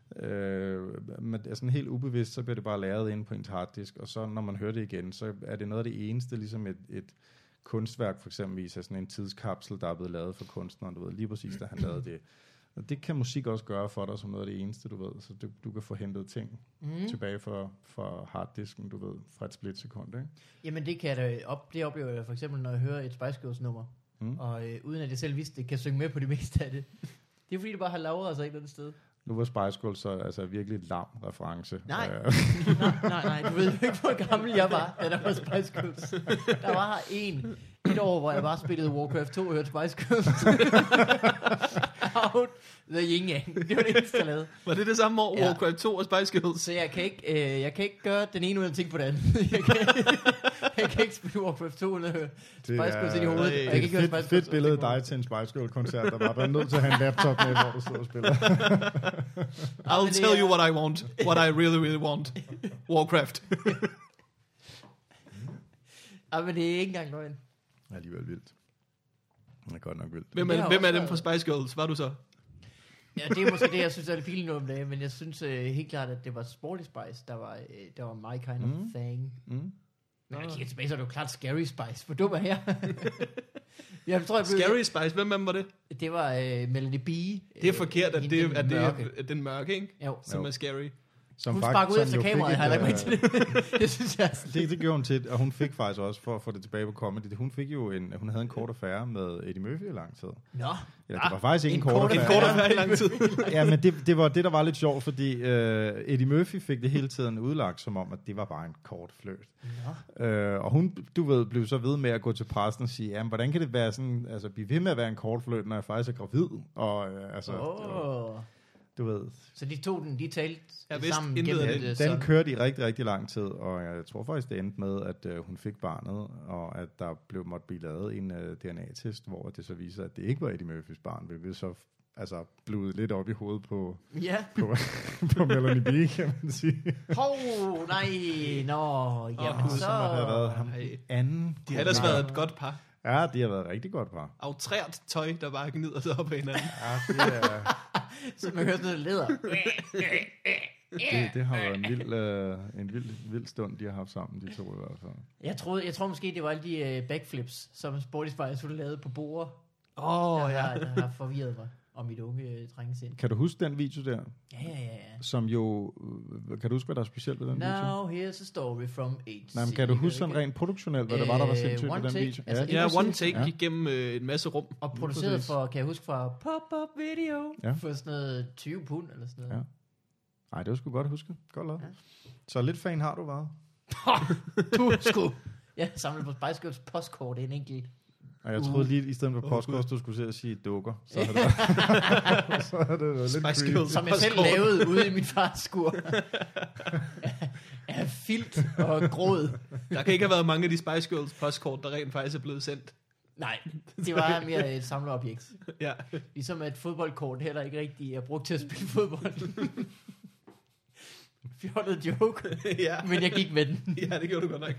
øh, man er sådan helt ubevidst, så bliver det bare lagret inde på ens harddisk, og så når man hører det igen, så er det noget af det eneste, ligesom et, et kunstværk for eksempel, er sådan en tidskapsel, der er blevet lavet for kunstneren, du ved, lige præcis da han lavede det. Og det kan musik også gøre for dig som noget af det eneste, du ved, så du, du kan få hentet ting mm. mm. tilbage fra, fra harddisken, du ved, fra et splitsekund, ikke? Jamen det kan jeg da op, det oplever jeg for eksempel, når jeg hører et Spice Girls nummer, Mm. og øh, uden at jeg selv vidste det, kan synge med på det meste af det. Det er fordi, det bare har lagret sig et eller andet sted. Nu var Spice Girls så altså virkelig et lam reference. Nej. Øh, nej, nej, nej, du ved jo ikke, hvor gammel jeg var, da der var Spice Girls. Der var en, et år, hvor jeg bare spillede Warcraft to og hørte Spice Girls. Jeg har out the yin yang. Det var det eneste, jeg lavede. Var det det samme år, Ja. Warcraft to og Spice Girls? Så jeg kan ikke, øh, jeg kan ikke gøre den ene uden at tænke på den anden. jeg, kan, jeg kan ikke spille Warcraft to uden at høre Spice Girls ind i hovedet. det er Og jeg kan ikke høre Fedt, Spice fedt Girls billede af uden at dig til en Spice Girl-koncert, der var. Du er nødt til at have en laptop med, hvor du sidder og spiller. I'll men det tell you er- what I want. What I really, really want. Warcraft. Ah, men det er ikke engang løgn. Det er alligevel vildt. Det er godt nok vildt. Hvem Det er, har hvem er også dem fra Spice Girls? Var du så? Ja, det er måske det, jeg synes er lidt pinligt nu om dagen, men jeg synes øh, helt klart, at det var Sporty Spice, der var, øh, der var my kind of Mm. thing. Mm. Men når jeg kigger tilbage, så er det jo klart Scary Spice. Hvor dum er jeg? jeg tror, jeg blev, Scary Spice, hvem af dem var det? Det var øh, Melanie B. Det er forkert, at hende, det, den at det mørke. er den mørke, ikke? Jo. Som Jo. er scary. Som Hun fakt- sparker ud som efter jo fik kameraet, et, har jeg lagt øh, mig til det. det synes jeg er Det, det gjorde hun til, og hun fik faktisk også, for at få det tilbage på comedy, hun fik jo en, hun havde en kort affære med Eddie Murphy i lang tid. Nå, Ja, det var faktisk ikke en, en kort kort En affære. kort affære i lang tid. Ja, men det, det var det, der var lidt sjovt, fordi øh, Eddie Murphy fik det hele tiden udlagt, som om, at det var bare en kort fløjt. nå. Øh, og hun, du ved, blev så ved med at gå til pressen og sige, jamen, hvordan kan det være sådan, altså, blive ved med at være en kort fløjt, når jeg faktisk er gravid? Og øh, altså, Oh. du ved, Så de to den, de talte Jeg vidste sammen intet gennem af det. det. øh, den sådan. kørte i rigtig, rigtig lang tid, og jeg tror faktisk, det endte med, at øh, hun fik barnet, og at der blev måtte blive lavet en øh, D N A-test, hvor det så viser, at det ikke var Eddie Murphys barn, hvilket så altså bløde lidt op i hovedet på, Ja. på, på Melanie B, kan man sige. Hov, nej, nå, jamen Åh, så... Så må det have været ham Ej. anden. De har ellers været et godt par. Ja, de har været rigtig godt par. Aftrært tøj, der bare gnider sig op ad hinanden. Ja, det, er, Så man hører sådan noget leder. det, det har været en vild, øh, en vild, vild stund, de har haft sammen, de to i hvert fald. Jeg, troede, jeg tror måske, det var alle de uh, backflips, som Sporty Spice hun lavede på bord. Åh, der, oh, ja. har, der har forvirret mig om mit unge uh, drengesind. Kan du huske den video der? Ja, ja, ja, ja. Som jo, øh, kan du huske, hvad der er specielt ved den video? Now here's a story from H. Nej, men kan du huske sådan rent produktionelt, hvad der var, der var Øh, sindssygt one ved den take, video? altså det Ja, var one sindssygt. take gik gennem øh, en masse rum. Og produceret præcis. for, kan jeg huske, fra Pop-Up Video. Ja. For sådan noget tyve pund eller sådan noget. Ja. Nej, det var sgu godt huske. Godt lavet. Ja. Så lidt fan har du været. Du skulle... Jeg samlede på Spice Girls postkort en enkelt. Og jeg troede lige, i stedet for postkort, du skulle se at sige dukker. Så Ja. havde det været, så havde det været lidt Spice creepy. Girls. Som jeg selv Postkort. lavede ude i mit fars skur. Af filt og gråd. Der kan ikke have været mange af de Spice Girls postkort, der rent faktisk er blevet sendt. Nej, det var mere et samleobjekt. Ja. Ligesom at fodboldkort heller ikke rigtig er brugt til at spille fodbold. Fjollet joke, ja. men jeg gik med den. Ja, det gjorde du godt nok.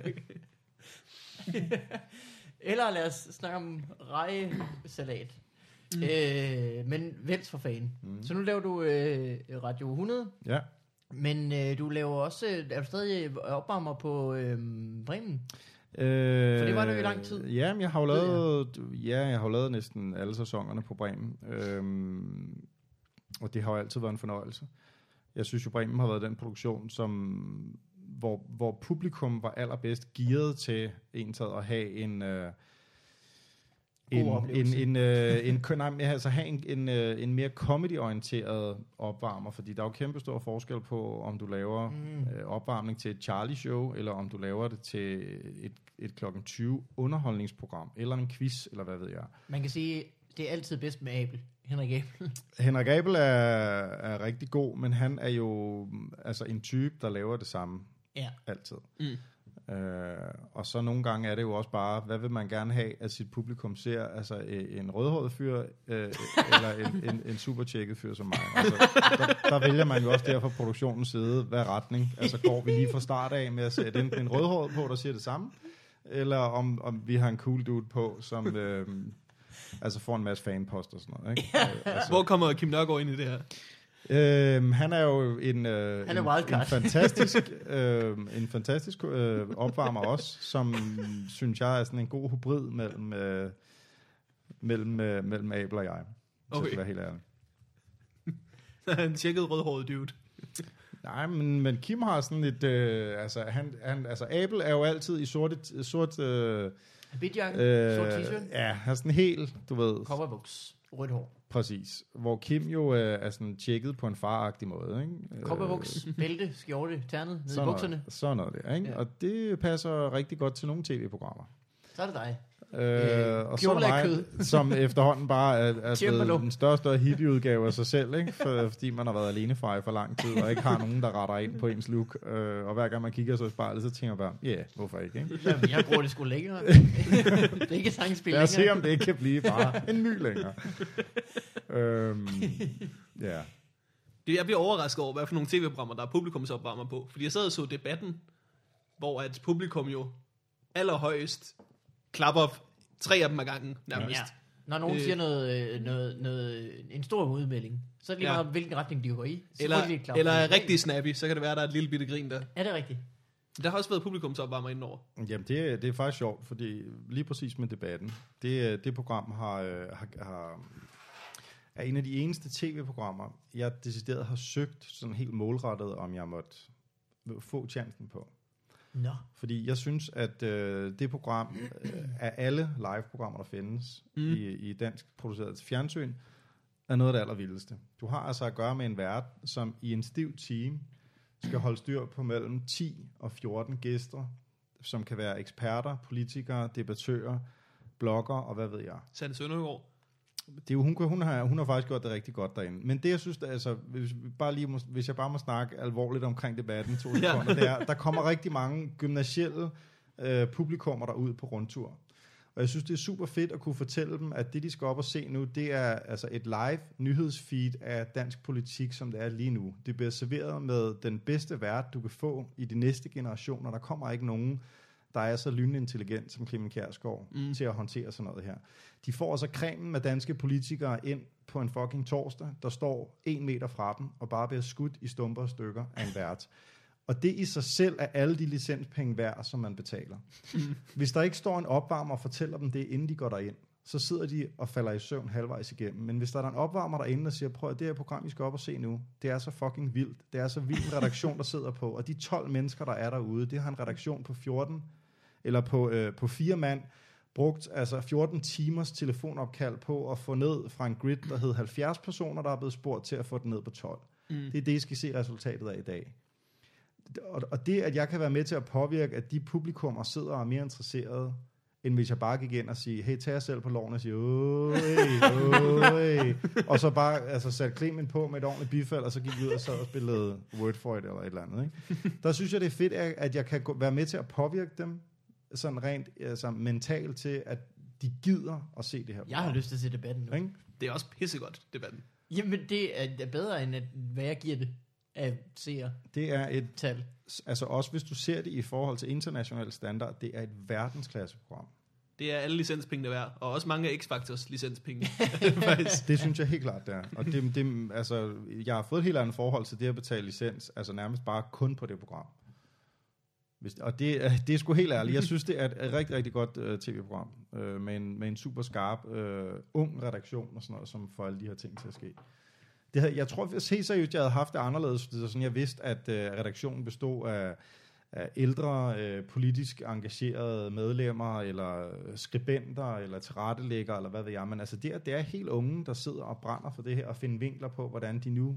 Eller lad os snakke om rejesalat. Mm. Øh, men vels for fanden. Mm. Så nu laver du øh, Radio hundrede, Ja. men øh, du laver også, øh, er du stadig opvarmer på øh, Bremen? Øh, For det var det jo i lang tid. Ja, men jeg har jo lavet, ja, jeg har jo lavet næsten alle sæsonerne på Bremen. Øhm, og det har jo altid været en fornøjelse. Jeg synes jo, Bremen har været den produktion, som, hvor, hvor publikum var allerbedst gearet til en taget at have en... Øh, en, en, oplevelse. en, øh, en, nej, men altså have en, en, øh, en mere comedy-orienteret opvarmer, fordi der er jo kæmpe stor forskel på, om du laver Mm. øh, opvarmning til et Charlie-show, eller om du laver det til et, et klokken tyve underholdningsprogram, eller en quiz, eller hvad ved jeg. Man kan sige, det er altid bedst med Abel. Henrik Abel. Henrik Abel er, er rigtig god, men han er jo mm, altså en type, der laver det samme Ja. altid. Mm. Øh, og så nogle gange er det jo også bare, hvad vil man gerne have, at sit publikum ser? Altså øh, en rødhåret fyr, øh, eller en, en, en super tjekket fyr som mig. Altså, der, der vælger man jo også der fra produktionens side, hvad retning. Altså går vi lige fra start af med at sætte enten en rødhåret på, der siger det samme, eller om, om vi har en cool dude på, som øh, altså får en masse fanpost og sådan noget. Ikke? Øh, altså, Hvor kommer Kim Nørgaard ind i det her? Øhm, han er jo en, øh, Han er en, wildcard. en fantastisk, øh, en fantastisk øh, opvarmer også, som synes jeg er sådan en god hybrid mellem, øh, mellem, øh, mellem Abel og jeg. Så Okay. skal være helt ærlig. Han tjekkede rødhåret dude. Nej, men, men Kim har sådan et, øh, altså, han, han, altså Abel er jo altid i sorte, sort, øh, Bidjakke, øh, sort t-shirt, ja, har sådan helt, du ved, cowboybuks, rødt hår. præcis. Hvor Kim jo øh, er sådan tjekket på en faragtig måde, ikke? Øh, Cowboybuks, bælte, skjorte, ternet, nede i sådan bukserne. noget, sådan noget der, ikke? Ja. Og det passer rigtig godt til nogle tv-programmer. Så er det dig. Øh, og så er Pjorla der kød. mig, som efterhånden bare er, er Cembalo. blevet en større og større hippieudgave af sig selv, ikke? For, fordi man har været alene fra i for lang tid, og ikke har nogen, der retter ind på ens look. Øh, og hver gang man kigger så i spejlet, så tænker man bare, ja, yeah, hvorfor ikke? ikke? Jamen, jeg bruger det sgu længere. Det er ikke sangspil Lad os se, længere. om det ikke kan blive bare en ny længere. øhm, ja. Det, jeg bliver overrasket over, hvad for nogle tv-programmer, der er publikumsopvarmer på. Fordi jeg sad og så Debatten, hvor at publikum jo allerhøjst klapper tre af dem ad gangen nærmest. Ja. Når nogen Øh. siger noget, øh, noget, noget, en stor udmelding, så er det lige Ja. meget, hvilken retning de går i. Så Eller, får de et klap. eller er rigtig snappy, så kan det være, der er et lille bitte grin der. Er det rigtigt? Der har også været publikumsopvarmer indenover. Jamen, det, er- det er faktisk sjovt, fordi lige præcis med Debatten, det, det program har, øh, har, har, er en af de eneste tv-programmer, jeg decideret har søgt sådan helt målrettet, om jeg måtte få chancen på. Nå. Fordi jeg synes, at øh, det program øh, af alle live-programmer, der findes Mm. mm. i, i dansk produceret fjernsyn, er noget af det allervildeste. Du har altså at gøre med en vært, som i en stiv time skal holde styr på mellem ti og fjorten gæster, som kan være eksperter, politikere, debattører, blogger og hvad ved jeg. Sanne Søndergaard. Det er jo, hun, hun, har, hun har faktisk gjort det rigtig godt derinde. Men det, jeg synes, det, er, altså, hvis, vi bare lige må, hvis jeg bare må snakke alvorligt omkring debatten, to sekunder, ja. det er, der kommer rigtig mange gymnasielle øh, publikummer derud på rundtur. Og jeg synes, det er super fedt at kunne fortælle dem, at det, de skal op og se nu, det er altså et live nyhedsfeed af dansk politik, som det er lige nu. Det bliver serveret med den bedste vært, du kan få i de næste generationer. Der kommer ikke nogen, der er så lynintelligent som Clement Kjærsgaard mm. til at håndtere sådan noget her. De får altså cremen med danske politikere ind på en fucking torsdag, der står en meter fra dem, og bare bliver skudt i stumper og stykker af en vært. Og det i sig selv er alle de licenspenge værd, som man betaler. Mm. Hvis der ikke står en opvarmer og fortæller dem det, inden de går derind, så sidder de og falder i søvn halvvejs igennem. Men hvis der er en opvarmer derinde, der siger, prøv at det her program, I skal op og se nu, det er så fucking vildt. Det er så vild en redaktion, der sidder på. Og de tolv mennesker, der er derude, det har en redaktion på fjorten, eller på, øh, på fire mand, brugt altså fjorten timers telefonopkald på at få ned fra en grid, der hed halvfjerds personer, der er blevet spurgt til at få den ned på tolv. Mm. Det er det, I skal se resultatet af i dag. Og, og det, at jeg kan være med til at påvirke, at de publikummer sidder og er mere interesserede, end hvis jeg bare gik ind og sige, hey, tag jer selv på loven og sige, øj, og så bare altså, satte Clement på med et ordentligt bifald, og så gik vi ud og sad og spillede Word for It eller et eller andet. Ikke? Der synes jeg, det er fedt, at jeg kan gå, være med til at påvirke dem, sådan rent altså, mentalt til, at de gider at se det her. Jeg har lyst til at se debatten nu. Ikke? Det er også pissegodt, debatten. Jamen, det er er bedre, end at, hvad jeg giver det af seer Det er et, tal. altså også hvis du ser det i forhold til international standard, det er et verdensklasseprogram. Det er alle licenspengene værd, og også mange af X-Factors licenspenge. Det synes jeg helt klart, det er. Og det, det, altså, jeg har fået et helt andet forhold til det at betale licens, altså nærmest bare kun på det program. Hvis, og det, det er sgu helt ærligt. Jeg synes, det er et, et rigtig, rigtig godt uh, tv-program, uh, med, en, med en super skarp, uh, ung redaktion og sådan noget, som får alle de her ting til at ske. Det havde, jeg tror helt seriøst, jeg havde haft det anderledes, det er sådan, jeg vidste, at uh, redaktionen bestod af, af ældre, uh, politisk engagerede medlemmer, eller skribenter, eller tilrettelæggere, eller hvad ved jeg. Men altså, det er, det er helt unge, der sidder og brænder for det her, og finder vinkler på, hvordan de nu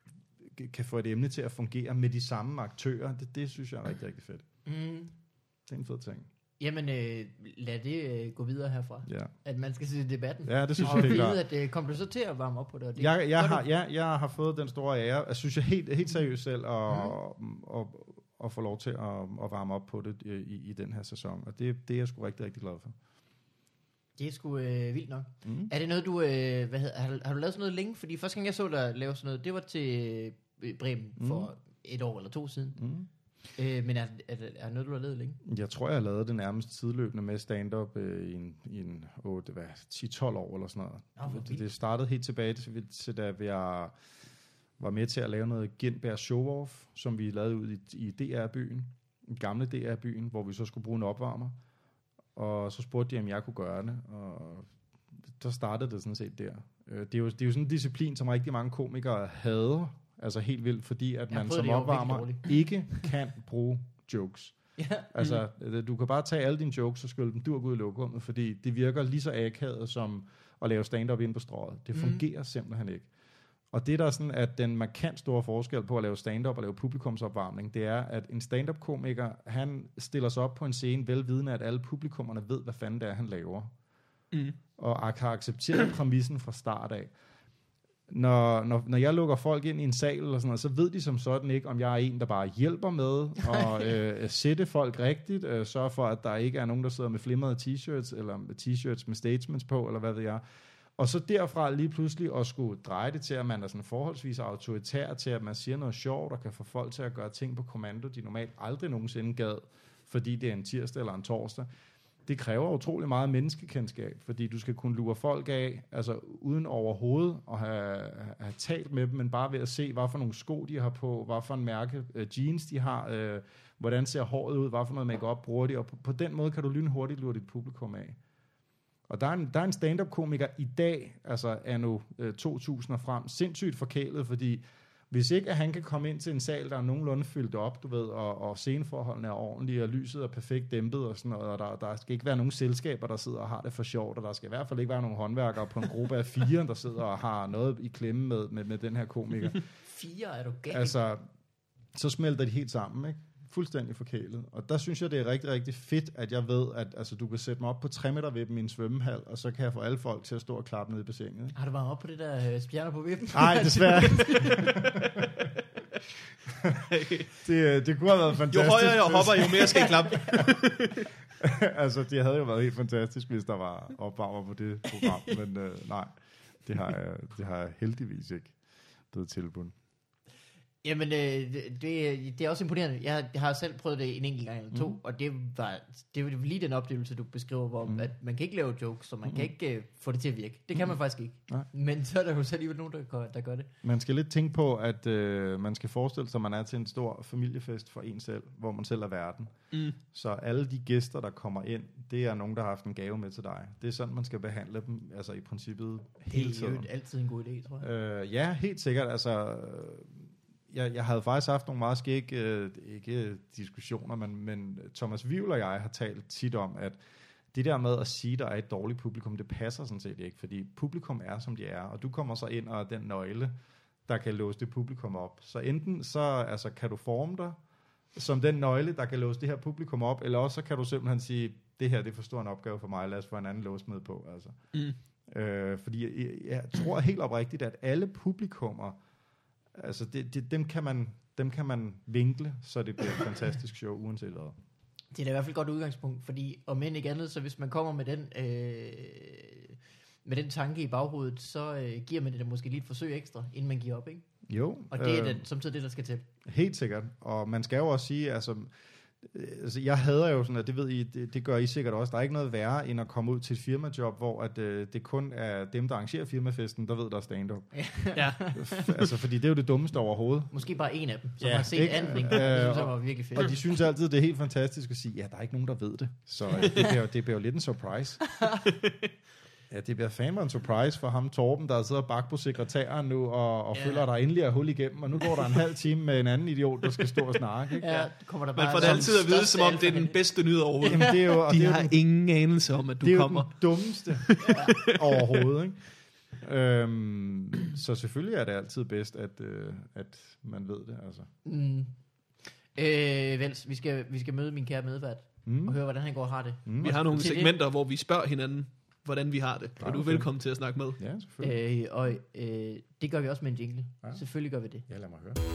kan få et emne til at fungere med de samme aktører. Det, det synes jeg er rigtig, rigtig fedt. Mm. Det er en fed ting. Jamen, øh, lad det øh, gå videre herfra. Ja, At man skal se debatten. ja det synes Og jeg helt vide, klart. at øh, kom du så til at varme op på det? Og det Jeg, jeg, gør har, du? ja, jeg har fået den store ære, jeg synes jeg helt, helt seriøst selv, at, Mhm. at, at, at få lov til at, at varme op på det i, i den her sæson. Og det, det er jeg sgu rigtig, rigtig glad for. Det er sgu øh, vildt nok. Mm. Er det noget, du... Øh, hvad hedder, har, du har du lavet sådan noget længe? Fordi første gang, jeg så dig lave sådan noget, det var til øh, Bremen for Mm. et år eller to siden. Mm. Øh, men er, er, er det noget, du har lavet længe? Jeg tror, jeg har lavet det nærmest sideløbende med stand-up øh, i en, i en otte, hvad, ti tolv år eller sådan noget. Nå, hvor det, vildt. det startede helt tilbage til, til da jeg var med til at lave noget Gindberg Show-Off, som vi lavede ud i, i D R-byen, den gamle D R-byen, hvor vi så skulle bruge en opvarmer. Og så spurgte de, om jeg kunne gøre det, og der startede det sådan set der. Øh, Det er jo, det er jo sådan en disciplin, som rigtig mange komikere hader, altså helt vildt, fordi at Jeg har man prøvet som det, jeg var opvarmer virkelig ikke kan bruge jokes. Ja. Altså, mm. du kan bare tage alle dine jokes og skylle dem durk ud i lokummet, fordi det virker lige så akavet som at lave stand-up ind på strøget. Det Mm. fungerer simpelthen ikke. Og det der er sådan, at den markant store forskel på at lave stand-up og lave publikumsopvarmning, det er, at en stand-up-komiker, han stiller sig op på en scene, velvidende, at alle publikummerne ved, hvad fanden det er, han laver. Mm. Og har accepteret præmissen fra start af. Når, når, når jeg lukker folk ind i en sal, eller sådan noget, så ved de som sådan ikke, om jeg er en, der bare hjælper med at øh, sætte folk rigtigt, øh, sørge for, at der ikke er nogen, der sidder med flimrede t-shirts, eller t-shirts med statements på, eller hvad ved jeg. Og så derfra lige pludselig at skulle dreje det til, at man er sådan forholdsvis autoritær til, at man siger noget sjovt, og kan få folk til at gøre ting på kommando, de normalt aldrig nogensinde gad, fordi det er en tirsdag eller en torsdag. Det kræver utrolig meget menneskekendskab, fordi du skal kunne lure folk af, altså uden overhovedet at have, have talt med dem, men bare ved at se, hvad for nogle sko de har på, hvad for en mærke uh, jeans de har, uh, hvordan ser håret ud, hvad for noget make-up bruger de, og på, på den måde kan du lynhurtigt lure dit publikum af. Og der er en, der er en stand-up-komiker i dag, altså anno uh, to tusind og frem, sindssygt forkælet, fordi hvis ikke at han kan komme ind til en sal, der er nogenlunde fyldt op, du ved, og, og sceneforholdene er ordentlige, og lyset er perfekt dæmpet og sådan noget, og der, der skal ikke være nogen selskaber, der sidder og har det for sjovt, og der skal i hvert fald ikke være nogen håndværkere på en gruppe af fire, der sidder og har noget i klemme med, med, med den her komiker. Fire, er du gal? Altså, så smelter de helt sammen, ikke? Fuldstændig forkælet. Og der synes jeg, det er rigtig, rigtig fedt, at jeg ved, at altså, du kan sætte mig op på tre meter ved dem i en svømmehal, og så kan jeg få alle folk til at stå og klappe ned i bassinet. Har du været op på det der øh, stjerner på vippen? Nej, desværre. det, det kunne have været fantastisk. Jo højere jeg hopper, jo mere skal jeg klappe. Altså, det havde jo været helt fantastisk, hvis der var opvarmer på det program, men øh, nej, det har, jeg, det har jeg heldigvis ikke blevet tilbudt. Jamen, øh, det, det er også imponerende. Jeg, jeg har selv prøvet det en enkelt gang eller to, mm. og det var, det var lige den oplevelse, du beskriver, hvor mm. at man kan ikke lave jokes, så man mm. kan ikke uh, få det til at virke. Det kan man faktisk ikke. Nej. Men så er der jo så alligevel nogen, der gør, der gør det. Man skal lidt tænke på, at øh, man skal forestille sig, at man er til en stor familiefest for en selv, hvor man selv er verden. Mm. Så alle de gæster, der kommer ind, det er nogen, der har haft en gave med til dig. Det er sådan, man skal behandle dem, altså i princippet hele tiden. Det er jo altid en god idé, tror jeg. Øh, ja, helt sikkert. Altså... Jeg, jeg havde faktisk haft nogle meget skæg, øh, ikke diskussioner, men, men Thomas Wivel og jeg har talt tit om, at det der med at sige, der er et dårligt publikum, det passer sådan set ikke, fordi publikum er, som de er, og du kommer så ind og er den nøgle, der kan låse det publikum op. Så enten så altså, kan du forme dig som den nøgle, der kan låse det her publikum op, eller også så kan du simpelthen sige, det her det er for stor en opgave for mig, lad os få en anden lås med på. Altså. Mm. Øh, fordi jeg, jeg tror helt oprigtigt, at alle publikummer, altså det, det, dem, kan man, dem kan man vinkle, så det bliver et fantastisk show, uanset hvad. Det er da i hvert fald et godt udgangspunkt, fordi om end ikke andet, så hvis man kommer med den, øh, med den tanke i baghovedet, så øh, giver man det da måske lige et forsøg ekstra, inden man giver op, ikke? Jo. Og det er øh, da samtidig det, der skal til. Helt sikkert, og man skal jo også sige, altså... Altså, jeg hader jo sådan, at det ved I, det, det gør I sikkert også. Der er ikke noget værre, end at komme ud til et firmajob, hvor at, øh, det kun er dem, der arrangerer firmafesten, der ved, der er stand-up. Ja. Altså, fordi det er jo det dummeste overhovedet. Måske bare en af dem, som ja, har set ikke? anden, ikke? Øh, Det synes jeg var virkelig fedt. Og de synes altid, det er helt fantastisk at sige, ja, der er ikke nogen, der ved det. Så øh, det, bliver, det bliver jo lidt en surprise. Ja, det bliver fandme en surprise for ham, Torben, der sidder bak på sekretæren nu, og, og ja. føler, der endelig er hul igennem, og nu går der en halv time med en anden idiot, der skal stå og snakke. Ikke? Ja, kommer der bare man får det altid at vide, som om det er den bedste nyhed overhovedet. Jamen, det er jo, de det er har den, ingen anelse om, at du det er kommer. Det er jo den dummeste overhovedet. Ikke? Øhm, så selvfølgelig er det altid bedst, at, øh, at man ved det. Altså. Mm. Øh, Vels, vi skal, vi skal møde min kære medvært, mm. og høre, hvordan han går og har det. Mm. Vi har nogle segmenter, hvor vi spørger hinanden, hvordan vi har det. Og ja, du er velkommen til at snakke med. Ja, selvfølgelig. Øh, og øh, det gør vi også med en jingle. Ja. Selvfølgelig gør vi det. Ja, lad mig høre.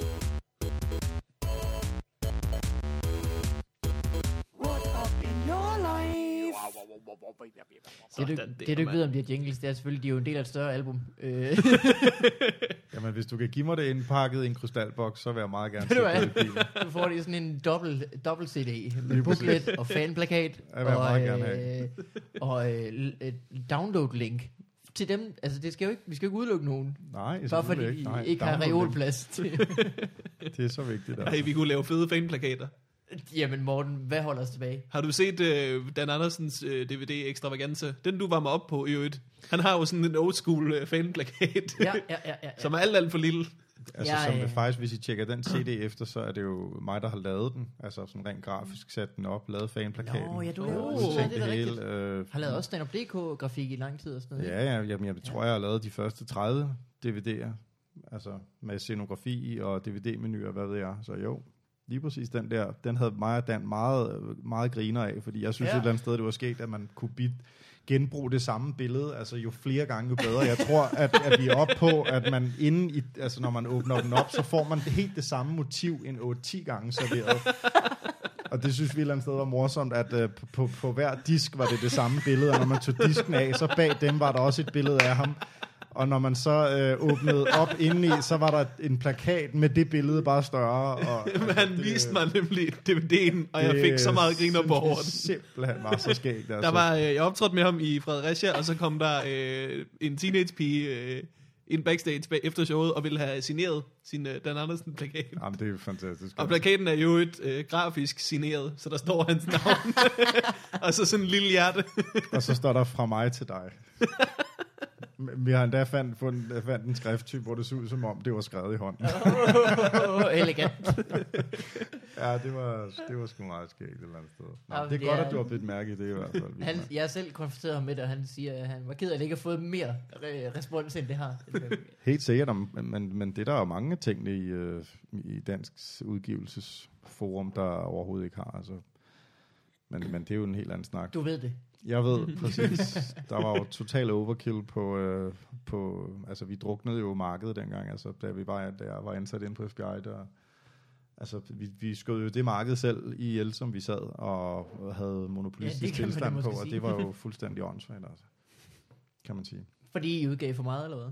What up in your life? Det, du, det du ikke ved om de her jingles, det er selvfølgelig, de er jo en del af et større album. Øh. Jamen, hvis du kan give mig det indpakket i en krystalboks, så vil jeg meget gerne se det i bilen. Du får det i sådan en dobbelt, dobbelt C D med booklet og fanplakat. Jeg vil og, meget gerne have. Øh, og øh, et download-link til dem. Altså, det skal jo ikke, vi skal jo ikke udelukke nogen. Nej, bare fordi ikke. Nej, I ikke har reolplads til. Det er så vigtigt. Nej, vi kunne lave fede fanplakater. Jamen Morten, hvad holder os tilbage? Har du set uh, Dan Andersens uh, D V D Extravaganza? Den du var med op på i øvrigt. Han har jo sådan en old school uh, fanplakat, ja, ja, ja, ja, ja. som er alt, alt for lille. Altså ja, som ja. det faktisk, hvis I tjekker den C D efter, så er det jo mig, der har lavet den. Altså sådan rent grafisk sat den op, lavet fanplakaten. Nå, ja, du oh, laver oh, ja, det er det rigtigt. Øh, har lavet også stand-up punktum d k grafik i lang tid og sådan noget. Ja, ja, jamen, jeg tror, jeg har lavet de første tredive D V D'er altså med scenografi og D V D-menuer, hvad ved jeg. Så jo, lige præcis den der, den havde mig og Dan meget, meget griner af, fordi jeg synes Ja. et eller andet sted, det var sket, at man kunne bit, genbruge det samme billede, altså jo flere gange, jo bedre. Jeg tror, at, at vi er oppe på, at man inden i, altså når man åbner den op, så får man helt det samme motiv en otte ti gange serveret. Og det synes vi et eller andet sted var morsomt, at uh, på, på, på hver disk var det det samme billede, og når man tog disken af, så bag dem var der også et billede af ham. Og når man så øh, åbnede op indeni, så var der en plakat med det billede bare større. Og, Men han det, viste mig nemlig D V D'en, og jeg fik så meget griner på over den. Simpelthen var så skægt. Altså. Der var, øh, jeg optrådte med ham i Fredericia, og så kom der øh, en teenage-pige øh, ind backstage bag efter showet, og ville have signeret sin øh, Dan Andersen-plakat. Jamen, det er jo fantastisk. Og plakaten er jo et øh, grafisk signeret, så der står hans navn. Og så sådan en lille hjerte. Og så står der fra mig til dig. Vi har endda fandt, fundet, fandt en skrifttype, hvor det så ud som om, det var skrevet i hånden. Oh, elegant. Ja, det var, det var sgu meget skægt et eller andet sted. Nå, Ja, det er det godt, er- at du har blivet mærke i det i hvert fald. Han, jeg har selv konfronteret ham med det, og han siger, at han var ked af, at han ikke har fået mere re- respons, end det har. Helt sikkert, om- men, men det der er jo mange ting i, øh, i dansk udgivelsesforum, der overhovedet ikke har. Altså. Men, men det er jo en helt anden snak. Du ved det. Jeg ved præcis. Der var jo total overkill på, øh, på, altså vi druknede jo markedet dengang, altså da vi var, da jeg var ansat inde på F B I, der, altså vi, vi skød jo det marked selv i el, som vi sad og havde monopolistisk Ja, det kan man da tilstand på, måske og sige. det var jo fuldstændig åndssvagt, altså, kan man sige. Fordi I udgav for meget, eller hvad?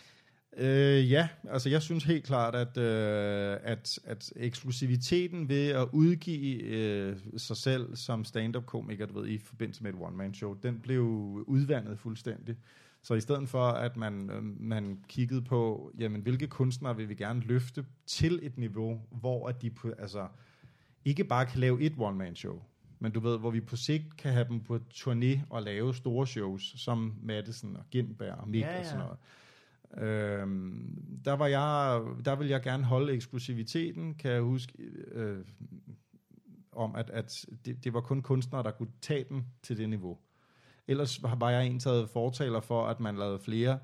Øh, ja, altså jeg synes helt klart, at, øh, at, at eksklusiviteten ved at udgive øh, sig selv som stand-up-komiker, du ved, i forbindelse med et one-man-show, den blev udvandet fuldstændig. Så i stedet for, at man, øh, man kiggede på, jamen, hvilke kunstnere vil vi gerne løfte til et niveau, hvor at de på, altså, ikke bare kan lave et one-man-show, men du ved, hvor vi på sigt kan have dem på turné og lave store shows, som Madison og Gindberg og Mick Ja, ja. og sådan noget. Øhm, der var jeg, der vil jeg gerne holde eksklusiviteten, kan jeg huske, øh, om at, at det, det var kun kunstnere, der kunne tage den til det niveau. Ellers var var jeg en taget fortaler for, at man lavede flere,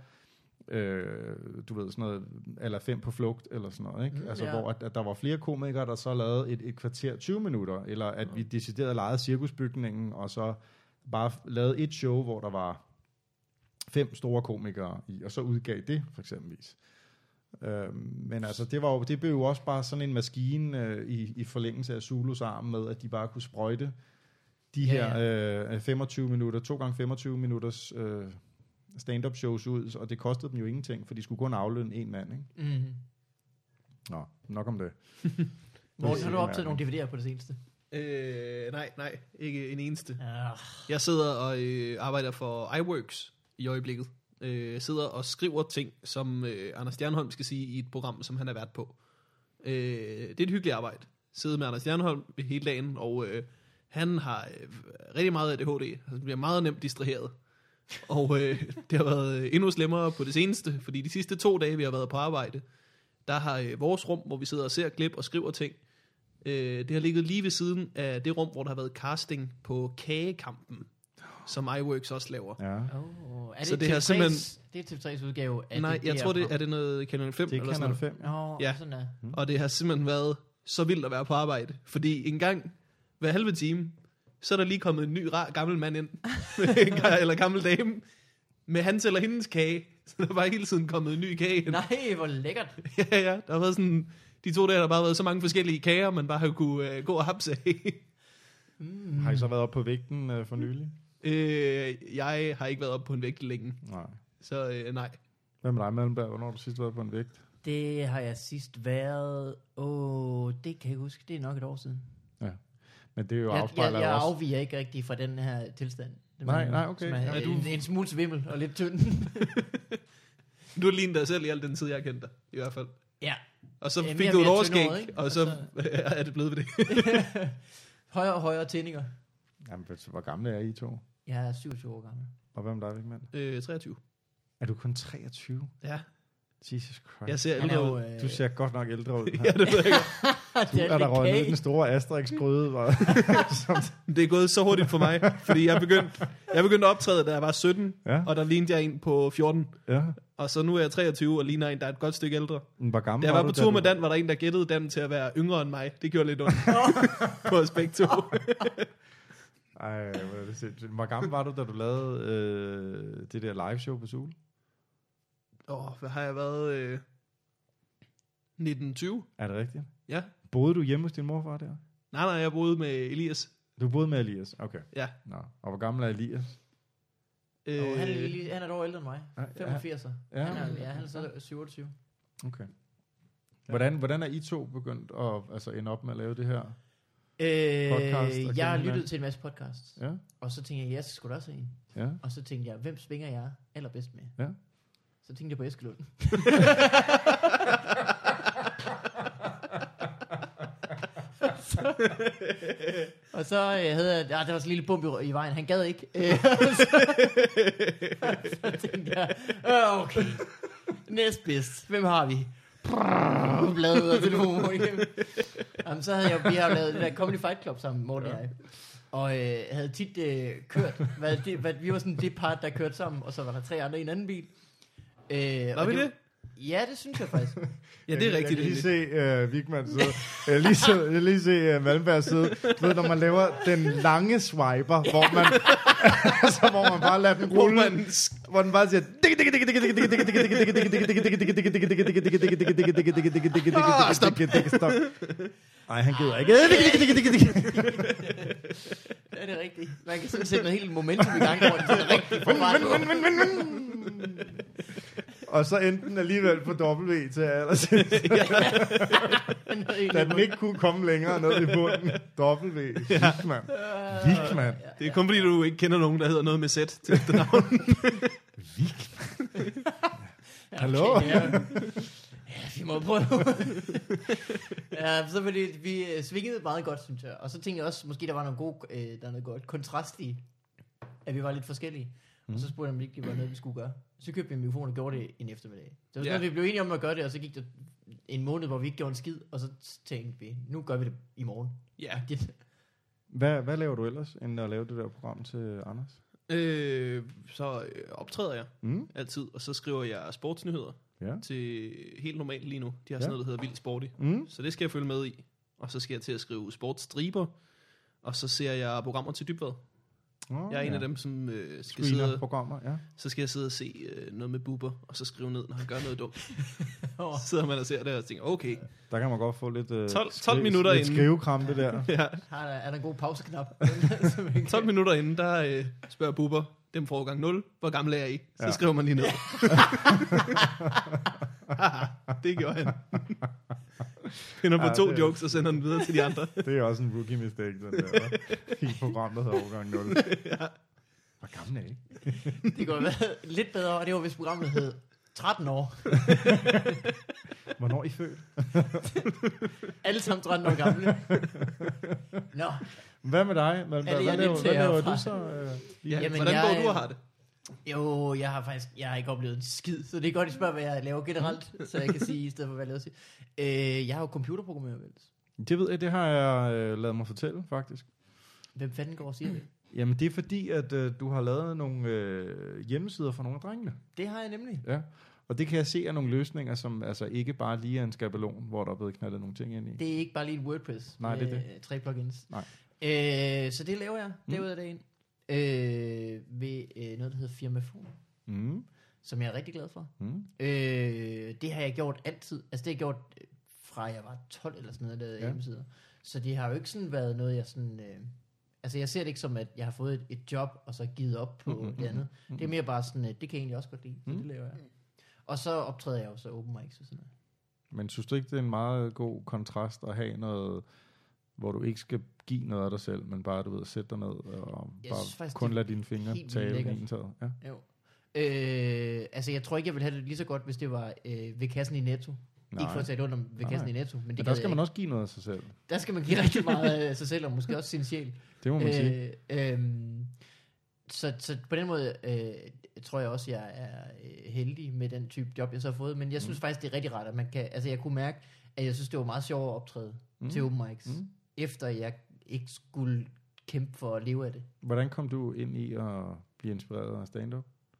øh, du ved, sådan noget, eller fem på flugt, eller sådan noget, ikke? Mm, Altså, ja. hvor at, at der var flere komikere, der så lavede et, et kvarter tyve minutter, eller at vi decideret lejede cirkusbygningen, og så bare lavede et show, hvor der var fem store komikere i, og så udgav det, for eksempelvis. Øhm, men altså, det, var jo, det blev jo også bare sådan en maskine øh, i, i forlængelse af Zulus arm med, at de bare kunne sprøjte de Ja, her øh, femogtyve minutter, to gange femogtyve minutters øh, stand-up shows ud, og det kostede dem jo ingenting, for de skulle kun aflønne en mand, ikke? Mm-hmm. Nå, nok om det. Morten, har du optaget nogle D V D'er på det seneste? Øh, nej, nej, ikke en eneste. Ja. Jeg sidder og øh, arbejder for iWorks i øjeblikket. Øh, sidder og skriver ting, som øh, Anders Stjernholm skal sige i et program, som han er vært på. Øh, det er et hyggeligt arbejde. Sidde med Anders Stjernholm hele dagen, og øh, han har øh, rigtig meget A D H D. Han bliver meget nemt distraheret. Og øh, det har været endnu slemmere på det seneste, fordi de sidste to dage, vi har været på arbejde, der har øh, vores rum, hvor vi sidder og ser klip og skriver ting, øh, det har ligget lige ved siden af det rum, hvor der har været casting på Kagekampen, som iWorks også laver. Ja. Oh, er det, Så det T V har tre's, simpelthen- det er T V tre's udgave af Nej, det jeg der tror, det program? er det noget Kanal fem Det eller kan sådan man noget. fem. Nå, Ja. sådan er. Og det har simpelthen været så vildt at være på arbejde. Fordi en gang hver halve time, så er der lige kommet en ny rar gammel mand ind, eller gammel dame, med hans eller hendes kage. Så der var hele tiden kommet en ny kage ind. Nej, hvor lækkert. Ja, ja, der har været sådan, de to dage, der har bare været så mange forskellige kager, man bare har kunne uh, gå og hapse af. Mm. Har I så været oppe på vægten øh, for nylig? øh, jeg har ikke været oppe på en vægt længe, Nej. så øh, nej. Hvad med dig, Malmberg? Hvornår har du sidst været på en vægt? Det har jeg sidst været... Åh, det kan jeg ikke huske. Det er nok et år siden. Men det er jo Jeg, jeg, afspejler jeg også. afviger ikke rigtig fra den her tilstand. Det Nej, må- nej, okay. som Er, Ja, er du- en, en smule svimmel og lidt tynd. Du har lignet dig selv i al den tid, jeg har kendt dig, i hvert fald. ja. Og så Ja, fik mere du og et mere overskæg, tyndhåret, ikke? og så Og er det blevet ved det. Højere og højere tændinger. Jamen, hvor gamle er I to? Jeg er syvogtyve år gammel. Og hvad med dig, Vigman? øh, treogtyve. Er du kun treogtyve? Ja, Jesus Christ. jeg ser Han er ældre jo... ud. Øh, Du ser godt nok ældre ud. Ja, det ved jeg godt. Du er der røget ned i den store Asterix-gryde. Som- Det er gået så hurtigt for mig, fordi jeg begyndte, jeg begyndte at optræde, da jeg var sytten, ja, og der lignede jeg en på fjorten. ja. Og så nu er jeg treogtyve og ligner en, der er et godt stykke ældre. Hvor gammel Da jeg var på du, tur da med du- Dan, var der en, der gættede Dan til at være yngre end mig. Det gjorde lidt ondt på os begge to. Ej, hvor er det sindssygt. Hvor gammel var du, da du lavede øh, det der live show på Zulu? Åh, oh, hvad har jeg været? Øh, nitten tyve? Er det rigtigt? Ja. Boede du hjemme hos din morfar der? Nej, nej, jeg boede med Elias. Du boede med Elias? Okay. Ja. Nå. Og hvor gammel er Elias? Øh, Og han, er lige, han er et år ældre end mig. Ja, femogfirs. ja. Han er, ja, han er så syvogtyve. Okay. Hvordan, hvordan er I to begyndt at altså, ende op med at lave det her? Podcast og Øh, jeg har kende lyttet til en masse podcasts. Ja, Og så tænkte jeg, jeg skal sgu da også have en. ja. Og så tænkte jeg, hvem svinger jeg allerbedst med? Ja. Så tænkte jeg på Eskelund. Og så øh, havde jeg, ah, der var sådan en lille bump i, i vejen, han gad ikke. Øh, så, så tænkte jeg, øh, okay, næstbedst, hvem har vi? Prrr, bladet og telefonen igennem. Jamen, så havde jeg, vi har jo lavet det der Comedy Fight Club sammen, Morten og jeg. Og øh, havde tit øh, kørt, hvad, det, hvad, vi var sådan det part, der kørte sammen, og så var der tre andre i en anden bil. Øh, Var og vi det? Ja, det synes jeg faktisk. Ja, det er Jeg rigtigt. kan lige egentlig. se uh, Vigman sidde. Jeg kan lige, så, jeg kan lige se uh, Malmberg sidde. Du ved, når man laver den lange swiper, hvor man, altså, hvor man bare lader den rulle, Hvor man hvor den bare siger... Ah, stop. Nej, han gider ikke. Ja, det er rigtigt. Man kan sådan sætte noget helt momentum i gang, hvor den sådan rigtig får fart på. Og så endte den alligevel på W til allersidst. Da den ikke kunne komme længere ned i bunden. W. Vigman. Vigman. Det er kun fordi, du ikke kender nogen, der hedder noget med Z til efternavn. Hallo? Okay, ja. Ja, vi må prøve. Ja, så fordi vi øh, svingede meget godt, synes jeg. Og så tænkte jeg også, måske der var noget god, øh, der er noget godt kontrast i, at vi var lidt forskellige. Mm. Og så spurgte jeg, om det ikke det var noget, vi skulle gøre. Så købte vi en mikrofon og gjorde det en eftermiddag. Så var Ja. sådan, vi blev enige om at gøre det, og så gik der en måned, hvor vi ikke gjorde en skid, og så tænkte vi, nu gør vi det i morgen. Ja. Det, Hvad, hvad laver du ellers, end at lave det der program til Anders? Øh, så øh, optræder jeg Mm? altid, og så skriver jeg sportsnyheder Ja. til helt normalt lige nu. De har Ja. sådan noget, der hedder Vild Sporty. Mm? Så det skal jeg følge med i. Og så skal jeg til at skrive sportsstriber, og så ser jeg programmer til Dybvad. Oh, Jeg er en af dem, som øh, skal Screener sidde, programmer, ja. så skal jeg sidde og se øh, noget med Bubber, og så skrive ned, når han gør noget dumt. oh, Så sidder man og ser det, og tænker, okay, Der kan man godt få lidt, uh, tolv- tolv minutter lidt inden. skrivekrampe der. ja, har der, er der en god pauseknap? Som vi kan- tolv minutter inden, der øh, spørger Bubber, dem fra årgang nul, hvor gammel er I? Så Ja. skriver man lige ned. Det gjorde han. Finder på Ja, to det- jokes og sender den videre til de andre. Det er også en rookie mistake, den der. hva'? Helt program, der hedder årgang nul. Ja. Hvor gammel er I? Det kunne have været lidt bedre, og det var, hvis programmet hed tretten år. Hvornår er I født? Alle sammen tretten år gamle. Nå, Hvad med dig? Hvad, Er det, hvad, jeg laver, nemt hvad til laver herfra? du så? Øh, lige? Ja, Jamen, hvordan jeg- går du og har det? jo, jeg har faktisk jeg har ikke oplevet en skid, så det er godt, at I spørger, hvad jeg laver generelt, så jeg kan sige, i stedet for, hvad jeg laver. Øh, jeg har jo computerprogrammeret, vel? Det ved jeg, det har jeg øh, lavet mig fortælle, faktisk. Hvem fanden går og siger det? Jamen, det er fordi, at øh, du har lavet nogle øh, hjemmesider for nogle af drengene. Det har jeg nemlig. Ja. Og det kan jeg se er nogle løsninger, som altså ikke bare lige er en skabelon, hvor der er blevet knaldet nogle ting ind i. Det er ikke bare lige et WordPress Nej, det er med tre plugins. Nej. Øh, så det laver jeg, Mm. derud af dagen, øh, ved øh, noget, der hedder Firmafon, Mm. som jeg er rigtig glad for. Mm. Øh, det har jeg gjort altid. Altså det har jeg gjort øh, fra jeg var tolv eller sådan noget, der Ja. ja. hjemmesider. Så det har jo ikke sådan været noget, jeg sådan... Øh, altså jeg ser det ikke som, at jeg har fået et, et job, og så givet op på Mm, mm, det andet. mm, Det er mere bare sådan, at det kan jeg egentlig også godt lide, så Mm. det laver jeg. Og så optræder jeg jo så open mics og sådan noget. Men synes du ikke, det er en meget god kontrast at have noget, hvor du ikke skal give noget af dig selv, men bare, du ved, sætte dig ned og Jeg bare synes faktisk, kun det lade dine fingre helt tale lækkert. en taget? Ja. Jo. Øh, altså jeg tror ikke, jeg ville have det lige så godt, hvis det var øh, ved kassen i Netto. Nej. Ikke for at tale ondt om ved kassen Nej. i Netto, men det Men gad der jeg skal man ikke. også give noget af sig selv. Der skal man give rigtig meget af sig selv, og måske også sin sjæl. Det må man øh, sige. Øh, øhm, så, så på den måde øh, tror jeg også, jeg er øh, heldig med den type job, jeg så har fået. Men jeg synes mm. faktisk, det er rigtig rart, at man kan... Altså jeg kunne mærke, at jeg synes, det var meget sjovt at optræde Mm. mm. til open mics, Mm. mm. efter jeg ikke skulle kæmpe for at leve af det. Hvordan kom du ind i at blive inspireret af stand-up?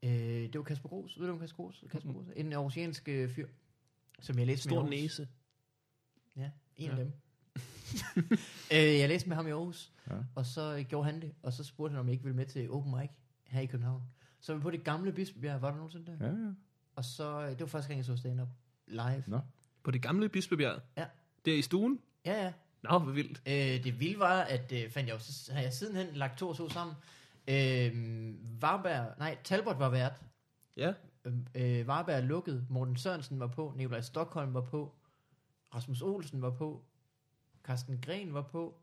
Øh, det var Kasper Gros. Ved du om Kasper Gros? Kasper Gros? En oceansk øh, fyr, som jeg læste med i Stor Aarhus. næse. Ja, en Ja. af dem. øh, jeg læste med ham i Aarhus, Ja. og så øh, gjorde han det, og så spurgte han, om jeg ikke ville med til open mic her i København. Så var vi på det gamle Bispebjerg, var der nogensinde der? Ja, ja. Og så, øh, det var første gang, jeg så stand-up live. Nå. På det gamle Bispebjerg. Ja. Der i stuen. Ja, ja. Nå, hvor vildt. Øh, det vilde var, at øh, fandt jeg jo, så har jeg sidenhen lagt to og to sammen. Øh, Varberg, nej, Talbot var vært. Ja. Øh, øh, Varberg lukket. Morten Sørensen var på. Nikolaj Stockholm var på. Rasmus Olsen var på. Carsten Gren var på.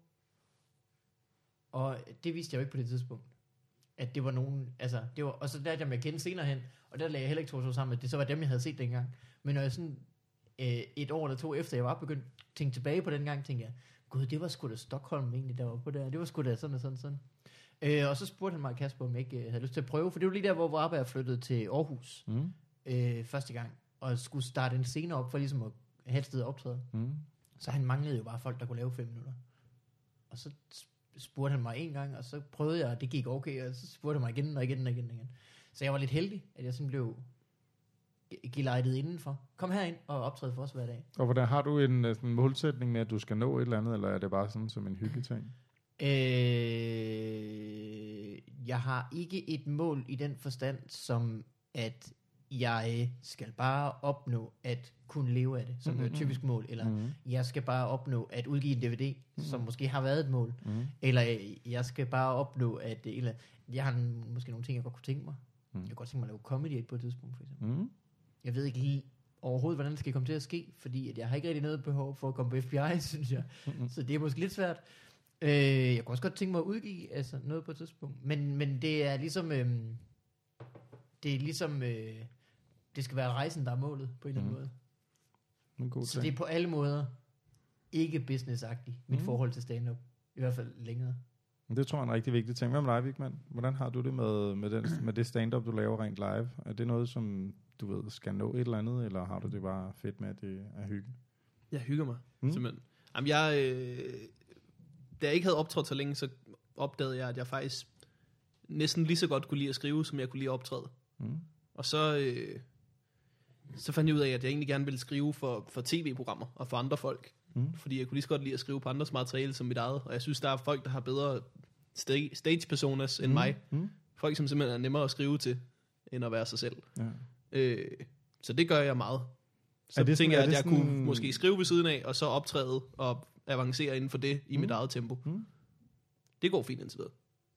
Og det vidste jeg jo ikke på det tidspunkt. At det var nogen, altså, det var, og så lærte jeg mig at kende senere hen, og der lagde jeg heller ikke to og to sammen, at det så var dem, jeg havde set dengang. Men når jeg sådan øh, et år eller to efter, jeg var begyndt at tænke tilbage på den gang, tænkte jeg, gud, det var sgu da Stockholm egentlig, der var på der. Det var sgu da sådan og sådan og sådan. Øh, og så spurgte han mig, Kasper, om jeg ikke øh, havde lyst til at prøve, for det var lige der, hvor Varberg flyttede til Aarhus Mm. øh, første gang, og skulle starte en scene op for ligesom at have et sted at optræde. Mm. Så han manglede jo bare folk, der kunne lave fem minutter. Og så spurgte han mig en gang, og så prøvede jeg, og det gik okay, og så spurgte han mig igen og igen og igen og igen. Så jeg var lidt heldig, at jeg sådan blev gelejtet indenfor. Kom herind og optræde for os hver dag. Og hvordan har du en, sådan en målsætning med, at du skal nå et eller andet, eller er det bare sådan som en hyggeting? Øh, jeg har ikke et mål i den forstand, som at jeg skal bare opnå at kunne leve af det, som mm-hmm. er et typisk mål, eller Mm. jeg skal bare opnå at udgive en D V D, mm-hmm. som måske har været et mål, Mm. eller øh, jeg skal bare opnå at, eller jeg har en, måske nogle ting, jeg godt kunne tænke mig. Mm. Jeg kunne godt tænke mig at lave comedy på et tidspunkt, for eksempel. Mm. Jeg ved ikke lige overhovedet, hvordan det skal komme til at ske, fordi at jeg har ikke rigtig noget behov for at komme på F B I, synes jeg. Mm. Så det er måske lidt svært. Øh, jeg kunne også godt tænke mig at udgive altså, noget på et tidspunkt. Men, men det er ligesom... Øh, det er ligesom... Øh, det skal være rejsen, der er målet, på en eller anden Mm. måde. En god Så ting. det er på alle måder ikke business-agtigt, mit Mm. forhold til stand-up. I hvert fald længere. Men det tror jeg er en rigtig vigtig ting. Hvad med dig, Vigman? Hvordan har du det med, med, den, med det stand-up, du laver rent live? Er det noget, som du ved, skal nå et eller andet, eller har du det bare fedt med, at det er hygge? Jeg hygger mig, Mm. mm. simpelthen. Jamen, jeg, øh, da jeg ikke havde optrådt så længe, så opdagede jeg, at jeg faktisk næsten lige så godt kunne lide at skrive, som jeg kunne lide at optræde. Mm. Og så, øh, så fandt jeg ud af, at jeg egentlig gerne ville skrive for, for tv-programmer og for andre folk. Mm. Fordi jeg kunne lige så godt lide at skrive på andres materiale som mit eget. Og jeg synes, der er folk, der har bedre sta- stage-personas end Mm. mig. Mm. Folk, som simpelthen er nemmere at skrive til, end at være sig selv. Ja. Øh, så det gør jeg meget. Så Er det tænker sådan- jeg, er at det jeg sådan- kunne måske skrive ved siden af, og så optræde og avancere inden for det i Mm. mit eget tempo. Mm. Det går fint indtil videre.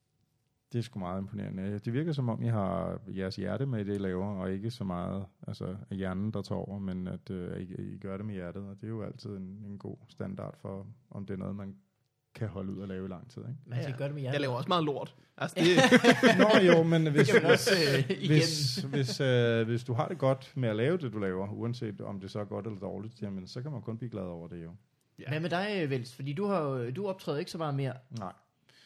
Det er sgu meget imponerende. Det virker som om, I har jeres hjerte med i det, I laver, og ikke så meget altså, af hjernen, der tager over, men at øh, I, I gør det med hjertet, og det er jo altid en, en god standard for, om det er noget, man kan holde ud og lave i lang tid. Ikke? Man skal Ja. gøre det med hjertet. Jeg laver også meget lort. Altså, det, Nå jo, men hvis, Det kan man også øh, igen. hvis, hvis, øh, hvis du har det godt med at lave det, du laver, uanset om det så er godt eller dårligt, jamen, så kan man kun blive glad over det jo. Ja. Hvad med dig, Vels? Fordi du, har, jo- du optræder ikke så meget mere, Nej.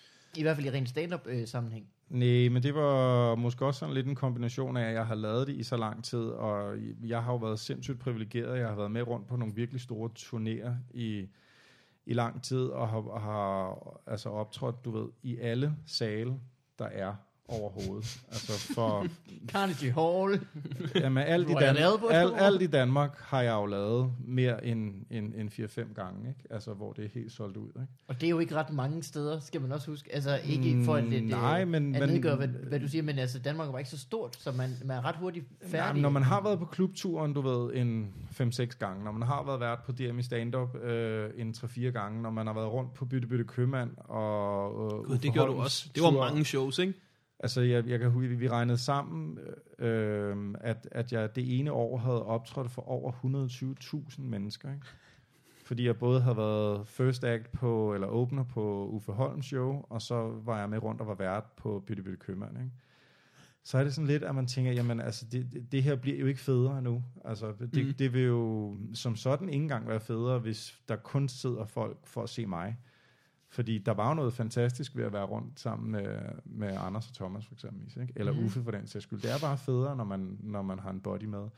i hvert fald i ren stand-up øh, sammenhæng. Nej, men det var måske også sådan lidt en kombination af, at jeg har lavet det i så lang tid, og jeg har jo været sindssygt privilegeret. Jeg har været med rundt på nogle virkelig store turnéer i, i lang tid, og har, og har altså optrådt, du ved, i alle sale, der er overhovedet. Altså for... Carnegie Hall. Jamen, alt, i, Hvor har jeg Dan- lavet på et alt, år? alt i Danmark har jeg jo lavet mere end, end, end fire fem gange, ikke? Altså, hvor det er helt solgt ud, ikke? Og det er jo ikke ret mange steder, skal man også huske. Altså ikke for at, Mm, lidt, nej, øh, men- at men- nedgøre, hvad, hvad du siger, men altså Danmark var ikke så stort, så man, man er ret hurtigt færdig. Nej, når man har været på klubturen, du ved, en fem seks gange, når man har været vært på D M i stand-up øh, en tre fire gange, når man har været rundt på Bytte Bytte Købmand og... Øh, Gud, det Uffe gjorde du Holms også. Det var tur. mange shows, ikke? Altså, jeg, jeg kan huske, vi regnede sammen, øh, at, at jeg det ene år havde optrådt for over et hundrede og tyve tusind mennesker, ikke? Fordi jeg både havde været first act på, eller opener på Uffe Holms show, og så var jeg med rundt og var vært på Bytte Bytte Købmand, ikke? Så er det sådan lidt, at man tænker, jamen altså, det, det, det her bliver jo ikke federe nu. Altså, det, Mm. det vil jo som sådan ikke engang være federe, hvis der kun sidder folk for at se mig. Fordi der var jo noget fantastisk ved at være rundt sammen med, med Anders og Thomas for eksempel, ikke? Eller Mhm. Uffe for den sags skyld. Det er bare federe, når man, når man har en body med.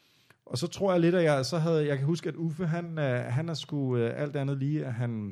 Og så tror jeg lidt, at jeg så havde, jeg kan huske, at Uffe, han, øh, han er sgu øh, alt andet lige, at han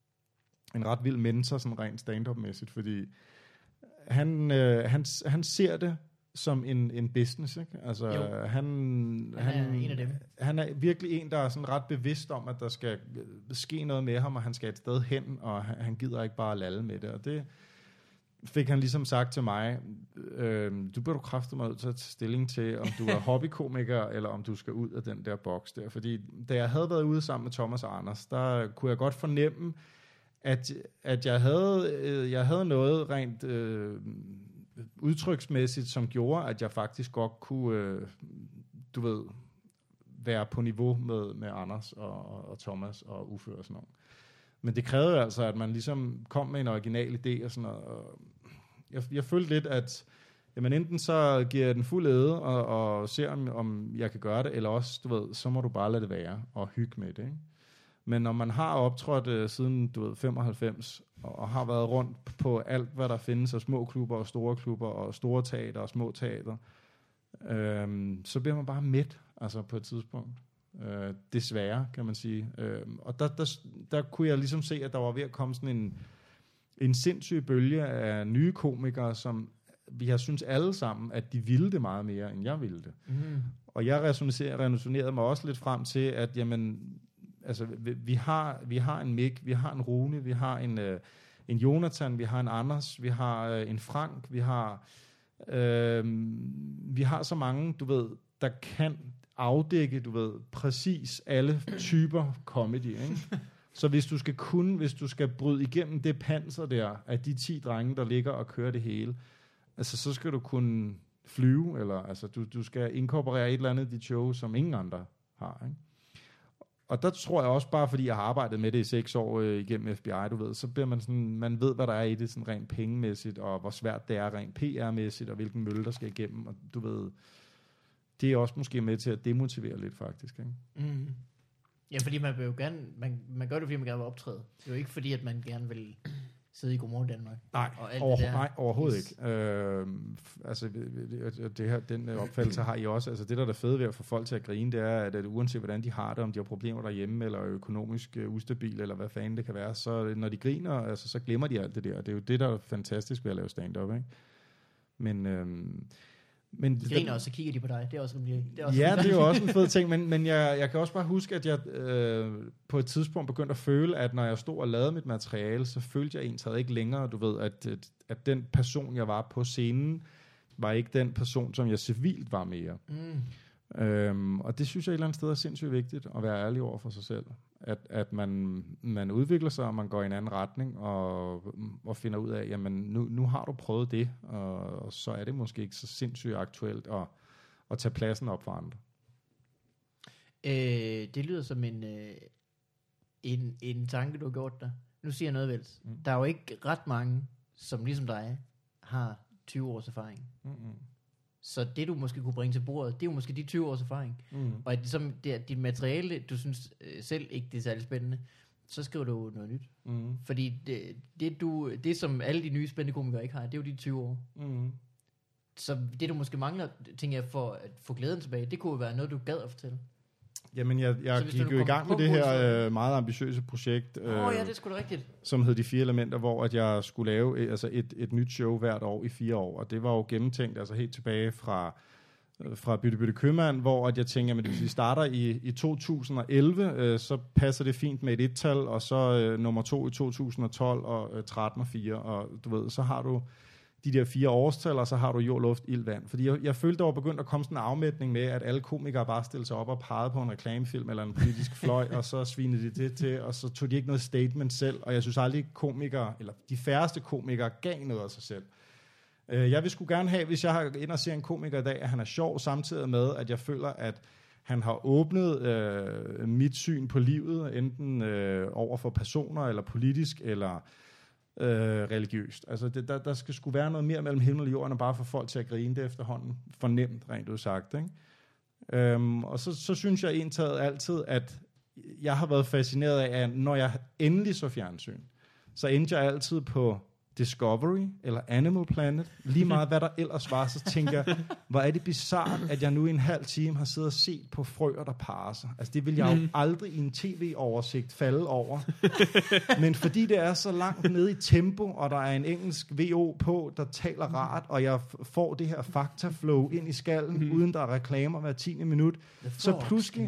en ret vild mentor, sådan rent stand-up-mæssigt, fordi han, øh, han, han ser det som en, en business, ikke? Altså, Jo. han, Han er en af dem. Han er virkelig en, der er sådan ret bevidst om, at der skal ske noget med ham, og han skal et sted hen, og han, han gider ikke bare lalle med det. Og det fik han ligesom sagt til mig, øh, du bør du kræfte mig ud til at tage stilling til, om du er hobbykomiker, eller om du skal ud af den der boks der. Fordi da jeg havde været ude sammen med Thomas og Anders, der kunne jeg godt fornemme, at, at jeg, havde, øh, jeg havde noget rent øh, udtryksmæssigt, som gjorde, at jeg faktisk godt kunne, øh, du ved, være på niveau med, med Anders og, og Thomas og Uffe og sådan noget. Men det krævede altså, at man ligesom kom med en original idé og sådan noget. Og jeg, jeg følte lidt, at jamen enten så giver jeg den fuld æde og, og ser, om, om jeg kan gøre det, eller også, du ved, så må du bare lade det være og hygge med det, ikke? Men når man har optrådt uh, siden, du ved, femoghalvfems, og, og har været rundt på alt, hvad der findes af små klubber og store klubber og store teater og små teater, øhm, så bliver man bare mæt, altså på et tidspunkt. Øh, desværre, kan man sige. Øh, og der, der, der kunne jeg ligesom se, at der var ved at komme sådan en, en sindssyg bølge af nye komikere, som vi har synes alle sammen, at de ville det meget mere, end jeg ville det. Mm. Og jeg resonerede, resonerede mig også lidt frem til, at jamen, altså, vi, vi, har, vi har en Mik, vi har en Rune, vi har en, øh, en Jonathan, vi har en Anders, vi har øh, en Frank, vi har, øh, vi har så mange, du ved, der kan afdække, du ved, præcis alle typer comedy, ikke? Så hvis du skal kunne, hvis du skal bryde igennem det panser der, af de ti drenge, der ligger og kører det hele, altså så skal du kunne flyve, eller altså du, du skal inkorporere et eller andet i dit show, som ingen andre har, ikke? Og der tror jeg også bare, fordi jeg har arbejdet med det i seks år øh, igennem F B I, du ved, så bliver man sådan, man ved, hvad der er i det, sådan rent pengemæssigt, og hvor svært det er rent P R-mæssigt, og hvilken mølle, der skal igennem, og du ved, det er også måske med til at demotivere lidt, faktisk, ikke? Mm. Ja, fordi man vil jo gerne, man, man gør det, fordi man gerne vil optræde. Det er jo ikke fordi, at man gerne vil sidde i Godmorgen Danmark. Nej, og alt over, det der. nej overhovedet ikke. Øh, altså, det, det her, den opfattelse har I også. Altså, det, der er det fede ved at få folk til at grine, det er, at, at uanset hvordan de har det, om de har problemer derhjemme, eller økonomisk uh, ustabil, eller hvad fanden det kan være, så når de griner, altså, så glemmer de alt det der. Det er jo det, der er fantastisk ved at lave stand-up, ikke? Men... Øhm, Men de griner også, så kigger de på dig. Det er også rimelig... Det er også ja, det er jo også en fed ting, men, men jeg, jeg kan også bare huske, at jeg øh, på et tidspunkt begyndte at føle, at når jeg stod og lavede mit materiale, så følte jeg egentlig ikke længere, du ved, at, at, at den person, jeg var på scenen, var ikke den person, som jeg civilt var mere. Mm. Øhm, og det synes jeg et eller andet sted er sindssygt vigtigt, at være ærlig over for sig selv. At, at man, man udvikler sig, og man går i en anden retning, og, og finder ud af, jamen nu, nu har du prøvet det, og, og så er det måske ikke så sindssygt aktuelt at, at tage pladsen op for andre. Øh, det lyder som en, øh, en, en tanke, du har gjort dig. Nu siger jeg noget vel. Mm. Der er jo ikke ret mange, som ligesom dig, har tyve års erfaring. Mm-hmm. Så det, du måske kunne bringe til bordet, det er jo måske de tyve års erfaring. Mm. Og at ligesom, det er dit materiale, du synes øh, selv ikke, det er særlig spændende, så skriver du noget nyt. Mm. Fordi det, det, du, det, som alle de nye spændende komikere ikke har, det er jo de tyve år. Mm. Så det, du måske mangler, tænker jeg, for at få glæden tilbage, det kunne jo være noget, du gad at fortælle. Jamen, jeg, jeg gik jo i gang med det her øh, meget ambitiøse projekt, øh, oh, ja, det er sgu da rigtigt. som hed De Fire Elementer, hvor at jeg skulle lave øh, altså et, et nyt show hvert år i fire år, og det var jo gennemtænkt altså helt tilbage fra, øh, fra Bytte Bytte Købmand, hvor at jeg tænker, at hvis vi starter i, i to tusind og elleve, øh, så passer det fint med et et-tal, og så øh, nummer to i to tusind og tolv, og øh, tretten og fire, og du ved, så har du de der fire årstal, og så har du jord, luft, ild, vand. Fordi jeg, jeg følte, der var begyndt at komme sådan en afmætning med, at alle komikere bare stillede sig op og pegede på en reklamefilm eller en politisk fløj, og så svinede de det til, og så tog de ikke noget statement selv. Og jeg synes aldrig, komikere, eller de færreste komikere, gav noget af sig selv. Uh, jeg vil sgu gerne have, hvis jeg har ind og ser en komiker i dag, at han er sjov, samtidig med, at jeg føler, at han har åbnet uh, mit syn på livet, enten uh, over for personer, eller politisk, eller Øh, religiøst. Altså det, der, der skal sgu være noget mere mellem himmel og jorden, og bare få folk til at grine det efterhånden. Fornemt, rent udsagt. Ikke? Øhm, og så, så synes jeg indtaget altid, at jeg har været fascineret af, at når jeg endelig så fjernsyn, så endte jeg altid på Discovery eller Animal Planet, lige meget hvad der ellers var, så tænker jeg, hvor er det bizart, at jeg nu i en halv time har siddet og set på frøer, der parer sig. Altså det vil jeg jo aldrig i en tv-oversigt falde over. Men fordi det er så langt nede i tempo, og der er en engelsk V O på, der taler rart, og jeg f- får det her faktaflow ind i skallen, mm. uden der er reklamer hver tiende minut, så pludselig...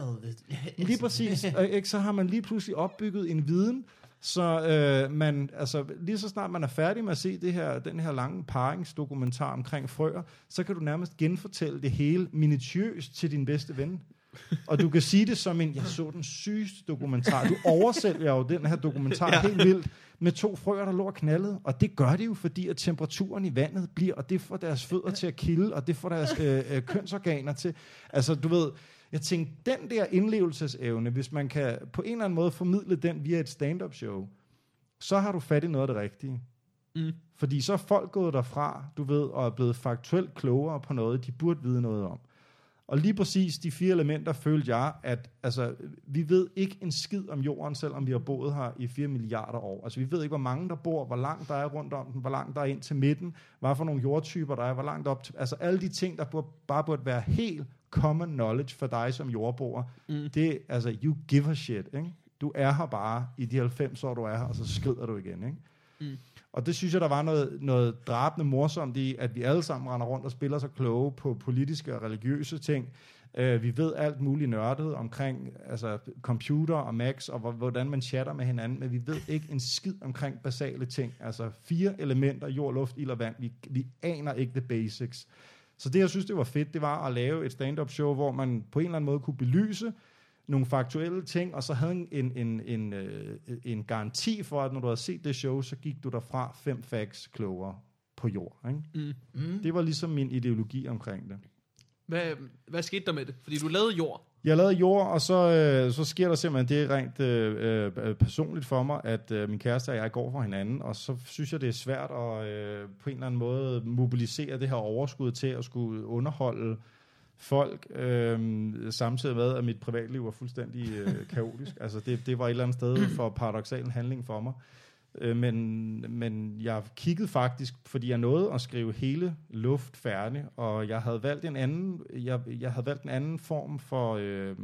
Lige præcis, og, ikke, så har man lige pludselig opbygget en viden, så øh, man, altså, lige så snart man er færdig med at se det her, den her lange paringsdokumentar omkring frøer, så kan du nærmest genfortælle det hele minutiøst til din bedste ven. Og du kan sige det som en, jeg så den sygeste dokumentar. Du oversælger jo den her dokumentar ja. helt vildt med to frøer, der lå og knaldede. Og det gør det jo, fordi at temperaturen i vandet bliver, og det får deres fødder til at kilde, og det får deres øh, øh, kønsorganer til. Altså, du ved... Jeg tænkte, den der indlevelsesevne, hvis man kan på en eller anden måde formidle den via et stand-up show, så har du fat i noget af det rigtige. Mm. Fordi så er folk gået derfra, du ved, og er blevet faktuelt klogere på noget, de burde vide noget om. Og lige præcis de fire elementer følte jeg, at altså, vi ved ikke en skid om jorden, selvom vi har boet her i fire milliarder år. Altså vi ved ikke, hvor mange der bor, hvor langt der er rundt om den, hvor langt der er ind til midten, hvad for nogle jordtyper der er, hvor langt op til... Altså alle de ting, der burde, bare burde være helt common knowledge for dig som jordboer. Mm. Det altså, you give a shit, ikke? Du er her bare i de halvfems år, du er her, og så skrider du igen, ikke? Mm. Og det synes jeg, der var noget, noget drabende morsomt i, at vi alle sammen render rundt og spiller så kloge på politiske og religiøse ting. Uh, vi ved alt muligt nørdet omkring altså, computer og Macs, og hvordan man chatter med hinanden, men vi ved ikke en skid omkring basale ting. Altså fire elementer, jord, luft, ild og vand. Vi, vi aner ikke the basics. Så det, jeg synes, det var fedt, det var at lave et stand-up show, hvor man på en eller anden måde kunne belyse nogle faktuelle ting, og så havde en, en, en, en, øh, en garanti for, at når du havde set det show, så gik du derfra fem facts klogere på jord. Ikke? Mm. Mm. Det var ligesom min ideologi omkring det. Hvad, hvad skete der med det? Fordi du lavede jord. Jeg lavede jord, og så, øh, så sker der simpelthen det rent øh, øh, personligt for mig, at øh, min kæreste og jeg går fra hinanden, og så synes jeg, det er svært at øh, på en eller anden måde mobilisere det her overskud til at skulle underholde folk, øh, samtidig med, at mit privatliv var fuldstændig øh, kaotisk. Altså det, det var et eller andet sted for paradoksal en handling for mig. Øh, men, men jeg kiggede faktisk, fordi jeg nåede at skrive hele luft færdig, og jeg havde valgt en anden, jeg, jeg havde valgt en anden form for øh,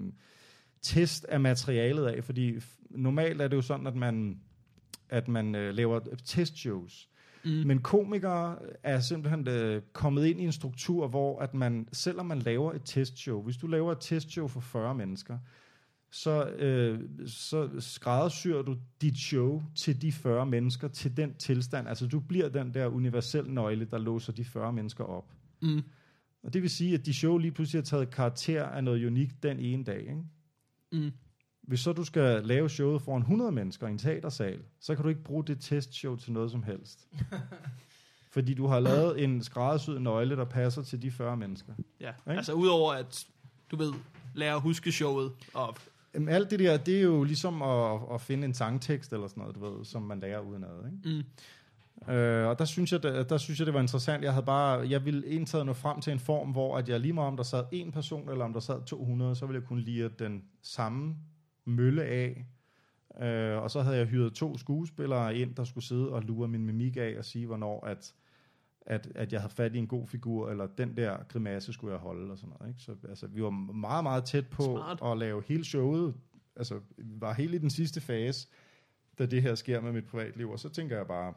test af materialet af, fordi f- normalt er det jo sådan, at man, at man øh, laver testshows. Mm. Men komikere er simpelthen øh, kommet ind i en struktur, hvor at man, selvom man laver et testshow, hvis du laver et testshow for fyrre mennesker, så, øh, så skræddersyr du dit show til de fyrre mennesker, til den tilstand. Altså du bliver den der universelle nøgle, der låser de fyrre mennesker op. Mm. Og det vil sige, at de show lige pludselig har taget karakter af noget unikt den ene dag. Ikke? Mm. Hvis så du skal lave showet foran hundrede mennesker i en teatersal, så kan du ikke bruge det testshow til noget som helst. Fordi du har lavet en skræddersyet nøgle, der passer til de fyrre mennesker. Ja, ikke? Altså udover at, du ved, lære at huske showet. Og Jamen, alt det der, det er jo ligesom at, at finde en sangtekst eller sådan noget, du ved, som man lærer udenad, ikke? Mm. Øh, og der synes, jeg, der, der synes jeg, det var interessant. Jeg havde bare, jeg ville indtaget nå frem til en form, hvor at jeg lige meget om der sad en person, eller om der sad to hundrede, så ville jeg kunne lide den samme mølle af. Øh, og så havde jeg hyret to skuespillere ind, der skulle sidde og lure min mimik af og sige, hvornår at, at, at jeg havde fat i en god figur, eller den der grimasse skulle jeg holde, og sådan noget. Ikke? Så altså, vi var meget, meget tæt på Smart. At lave hele showet. Altså, vi var helt i den sidste fase, da det her sker med mit privatliv, og så tænker jeg bare,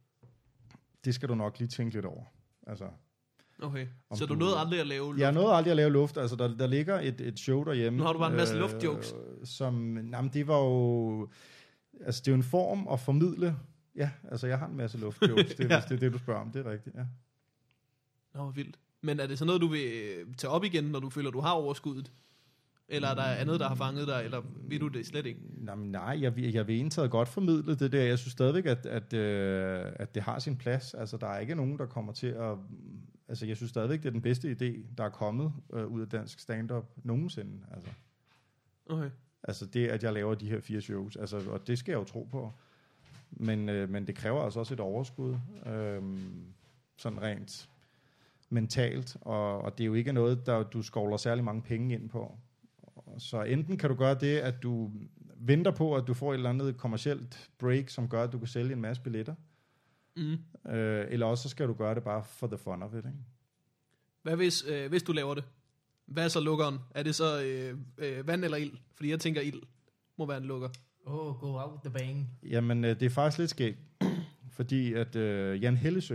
det skal du nok lige tænke lidt over. Altså, okay, så du, du nåede aldrig at lave luft? Jeg nåede aldrig at lave luft. Altså, der, der ligger et, et show derhjemme. Nu har du bare en masse øh, luftjokes. Som, jamen, det var jo... Altså, det er jo en form at formidle. Ja, altså, jeg har en masse luftjokes. Det, ja. det er det, du spørger om. Det er rigtigt, ja. Nå, vildt. Men er det så noget, du vil tage op igen, når du føler, du har overskuddet? Eller er der andet, der har fanget dig, eller vil du det slet ikke? Jamen, nej, jeg, jeg vil indtaget godt formidle det der. Jeg synes stadigvæk, at, at, øh, at det har sin plads. Altså, der er ikke nogen, der kommer til at... Altså, jeg synes stadigvæk, det er den bedste idé, der er kommet øh, ud af dansk stand-up nogensinde. Altså. Okay. Altså, det, at jeg laver de her fire shows. Altså, og det skal jeg jo tro på. Men, øh, men det kræver altså også et overskud. Øh, sådan rent mentalt. Og, og det er jo ikke noget, der du skovler særlig mange penge ind på. Så enten kan du gøre det, at du venter på, at du får et eller andet kommercielt break, som gør, at du kan sælge en masse billetter. Mm. Øh, eller også så skal du gøre det bare for the fun of it, ikke? Hvad hvis, øh, hvis du laver det? Hvad er så lukkeren? Er det så øh, øh, vand eller ild? Fordi jeg tænker, ild må være en lukker. Oh, go out with the bang. Jamen, øh, det er faktisk lidt skægt, fordi at øh, Jan Hellesø,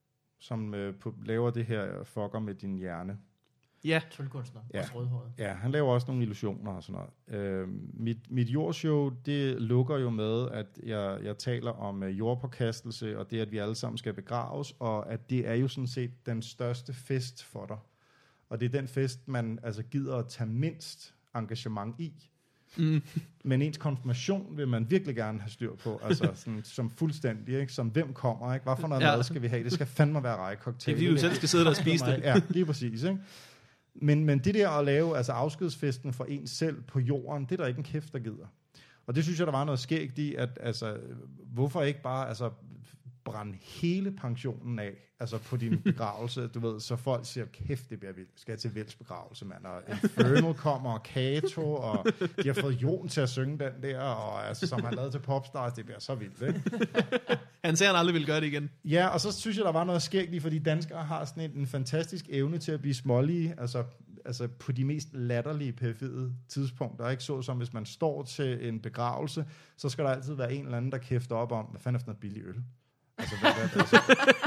som øh, på, laver det her fucker med din hjerne, Ja. Tryllekunstner. Ja. Også rødhåret. ja, han laver også nogle illusioner og sådan noget. Øh, mit, mit jordshow, det lukker jo med, at jeg, jeg taler om øh, jordpåkastelse, og det, at vi alle sammen skal begraves, og at det er jo sådan set den største fest for dig. Og det er den fest, man altså gider at tage mindst engagement i. Mm. Men ens konfirmation vil man virkelig gerne have styr på, altså sådan, som fuldstændig, ikke? Som hvem kommer, ikke? Hvad for noget Ja. mad skal vi have? Det skal fandme være Det er rejekoktail. fordi, du selv skal sidde der og spise det. Ja, lige præcis, ikke? Men, men det der at lave altså afskedsfesten for en selv på jorden, det er der ikke en kæft, der gider. Og det synes jeg, der var noget skægt i, at altså, hvorfor ikke bare altså, brænde hele pensionen af, altså på din begravelse, du ved, så folk siger, kæft, det bliver vildt. Skal jeg til Vels begravelse, mand? Og Infernal kommer, og Kato, og de har fået Jon til at synge den der, og altså, som han lavede til Popstars, det bliver så vildt, ikke? Han siger, han aldrig vil gøre det igen. Ja, og så synes jeg, der var noget skægt i, fordi danskere har sådan en, en fantastisk evne til at blive smålige, altså, altså på de mest latterlige, perfide tidspunkter. Ikke så som hvis man står til en begravelse, så skal der altid være en eller anden, der kæfter op om, hvad fanden er for noget billig øl? Altså, hvad, hvad, altså,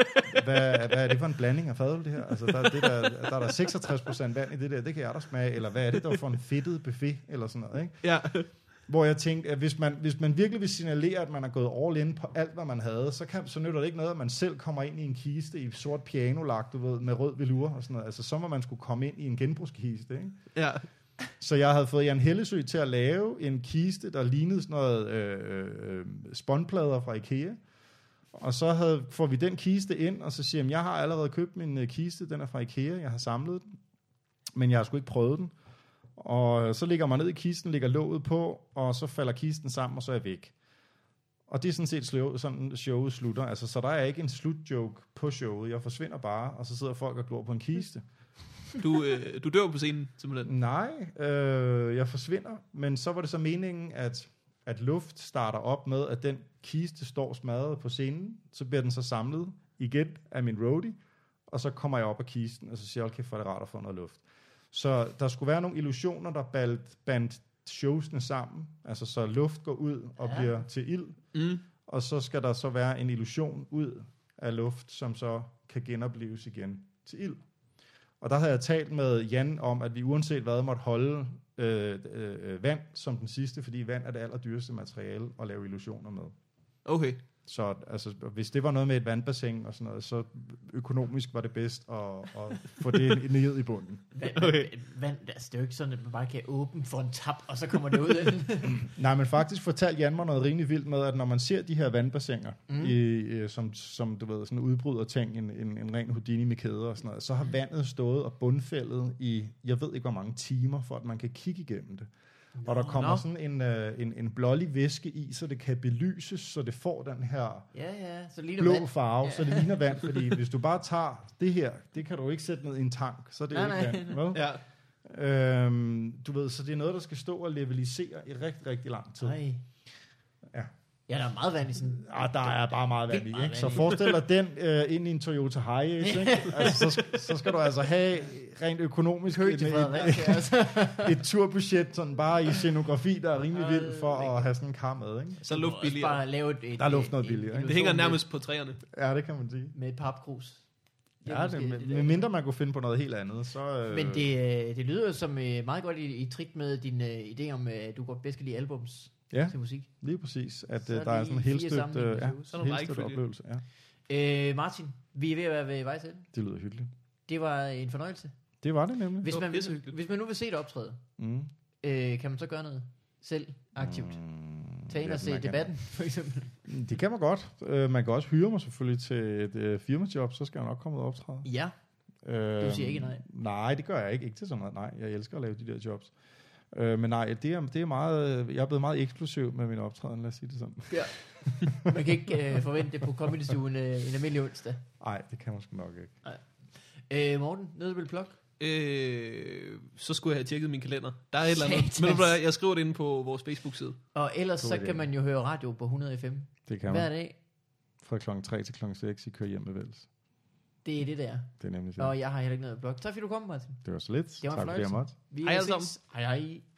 hvad, hvad er det for en blanding af fadøl, det her? Altså, der, er det der, der er der seksogtres procent vand i det der, det kan jeg da smage, eller hvad er det der for en fedtet buffet, eller sådan noget, ikke? Ja. Hvor jeg tænkte, at hvis man, hvis man virkelig vil signalere, at man er gået all in på alt, hvad man havde, så, kan, så nytter det ikke noget, at man selv kommer ind i en kiste i sort pianolak, du ved, med rød velur og sådan noget. Altså, så må man skulle komme ind i en genbrugskiste, ikke? Ja. Så jeg havde fået Jan Hellesø til at lave en kiste, der lignede sådan noget øh, øh, spånplader fra IKEA. Og så havde, får vi den kiste ind, og så siger jeg, jeg har allerede købt min uh, kiste, den er fra IKEA, jeg har samlet den, men jeg har sgu ikke prøvet den. Og så ligger man ned i kisten, ligger låget på, og så falder kisten sammen, og så er jeg væk. Og det er sådan set slow, sådan showet slutter. Altså, så der er ikke en slutjoke på showet. Jeg forsvinder bare, og så sidder folk og glor på en kiste. Du, øh, du dør på scenen, simpelthen. Nej, øh, jeg forsvinder, men så var det så meningen, at, at luft starter op med, at den kiste står smadret på scenen, så bliver den så samlet igen af min roadie, og så kommer jeg op af kisten, og så siger jeg, okay, for det er rart at få noget luft. Så der skulle være nogle illusioner, der bandt, bandt showsene sammen, altså så luft går ud og Ja. bliver til ild, Mm. og så skal der så være en illusion ud af luft, som så kan genopleves igen til ild. Og der havde jeg talt med Jan om, at vi uanset hvad måtte holde øh, øh, vand som den sidste, fordi vand er det allerdyreste materiale at lave illusioner med. Okay. Så altså, hvis det var noget med et vandbassin og sådan noget, så økonomisk var det bedst at, at få det ned i bunden. Vand, Okay. vand, altså, det er jo ikke sådan, at man bare kan åbne for en tap, og så kommer det ud af den. Nej, men faktisk fortalte Jan mig noget rimelig vildt med, at når man ser de her vandbassiner, Mm. mm. i, i, som, som du ved, sådan udbryder ting, en, en, en ren Houdini med kæder og sådan noget, så har vandet stået og bundfældet i, jeg ved ikke hvor mange timer, for at man kan kigge igennem det. Og der kommer Nå. sådan en, øh, en, en blålig væske i, så det kan belyses, så det får den her Ja, ja, så lige blå vand. farve, Ja. så det ligner vand. Fordi hvis du bare tager det her, det kan du ikke sætte ned i en tank, så er det Nej, jo ikke nej. vand. Vel? Ja. Øhm, du ved, så det er noget, der skal stå og levelisere i rigtig, rigtig lang tid. Nej. Ja. Ja, der er meget vand i sådan. Ah, der er bare meget vand i, Vildt meget ikke? Så vand i. forestil dig den øh, ind i en Toyota Hiace, ikke? Altså, så, sk- så skal du altså have rent økonomisk Kø et, til et, Fredericia, altså. et turbudget, sådan bare i scenografi, der er rimelig vildt for at have sådan en kar med, ikke? Så er Du luft må også billigere. bare lave et, et, Der er luft noget et- billigere, en ikke? Det hænger illusion nærmest på træerne. Ja, det kan man sige. med, med et papkrus. Ja, måske det, med, det der. med mindre man kunne finde på noget helt andet, så... Øh, Men det, øh, det lyder jo som øh, meget godt i, i trit med din øh, idé om, øh, at du godt bedst kan lide albums Ja, til musik. lige præcis, at Så øh, er der er det sådan en fire helstøbt, sammenhængende øh, ja, shows. Så er der helstøbt rækkefølge. oplevelse. Ja, Øh, Martin, vi er ved at være ved vej til. det lyder hyggeligt. Det var en fornøjelse. Det var det nemlig. Hvis Det var man, pissehyggeligt. hvis man nu vil se det optræde, Mm. øh, kan man så gøre noget selv aktivt? Mm, Tag ind og ja, se man kan- debatten, for eksempel. Det kan man godt. Øh, man kan også hyre mig selvfølgelig til et øh, firmajob, så skal jeg nok komme ud og optræde. Ja, Øh, siger ikke nej. Nej, det gør jeg ikke. Ikke til sådan noget. Nej, jeg elsker at lave de der jobs. Øh, men nej, det er, det er meget, jeg er blevet meget eksplosiv med min optræden, lad os sige det sådan. ja. Man kan ikke øh, forvente det på Comedy-stuen øh, en almindelig onsdag. Nej, det kan man sgu nok ikke. Øh, Morten, noget du vil plukke? Øh, så skulle jeg have tjekket min kalender. Der er et eller andet. Satans. Men ved du hvad, jeg skriver det inde på vores Facebook-side. Og ellers God så idé. kan man jo høre radio på hundrede F M Det kan hver man. dag. fra klokken tre til klokken seks, I kører hjem med Vels. Det er det der. Det er nemlig det. Og jeg har heller ikke noget blog. Tak fordi du kom, Martin. Det var så lidt. Det var en Tak fordi jeg fornøjelse. måtte. Vi Hej alle ses. Hej hej.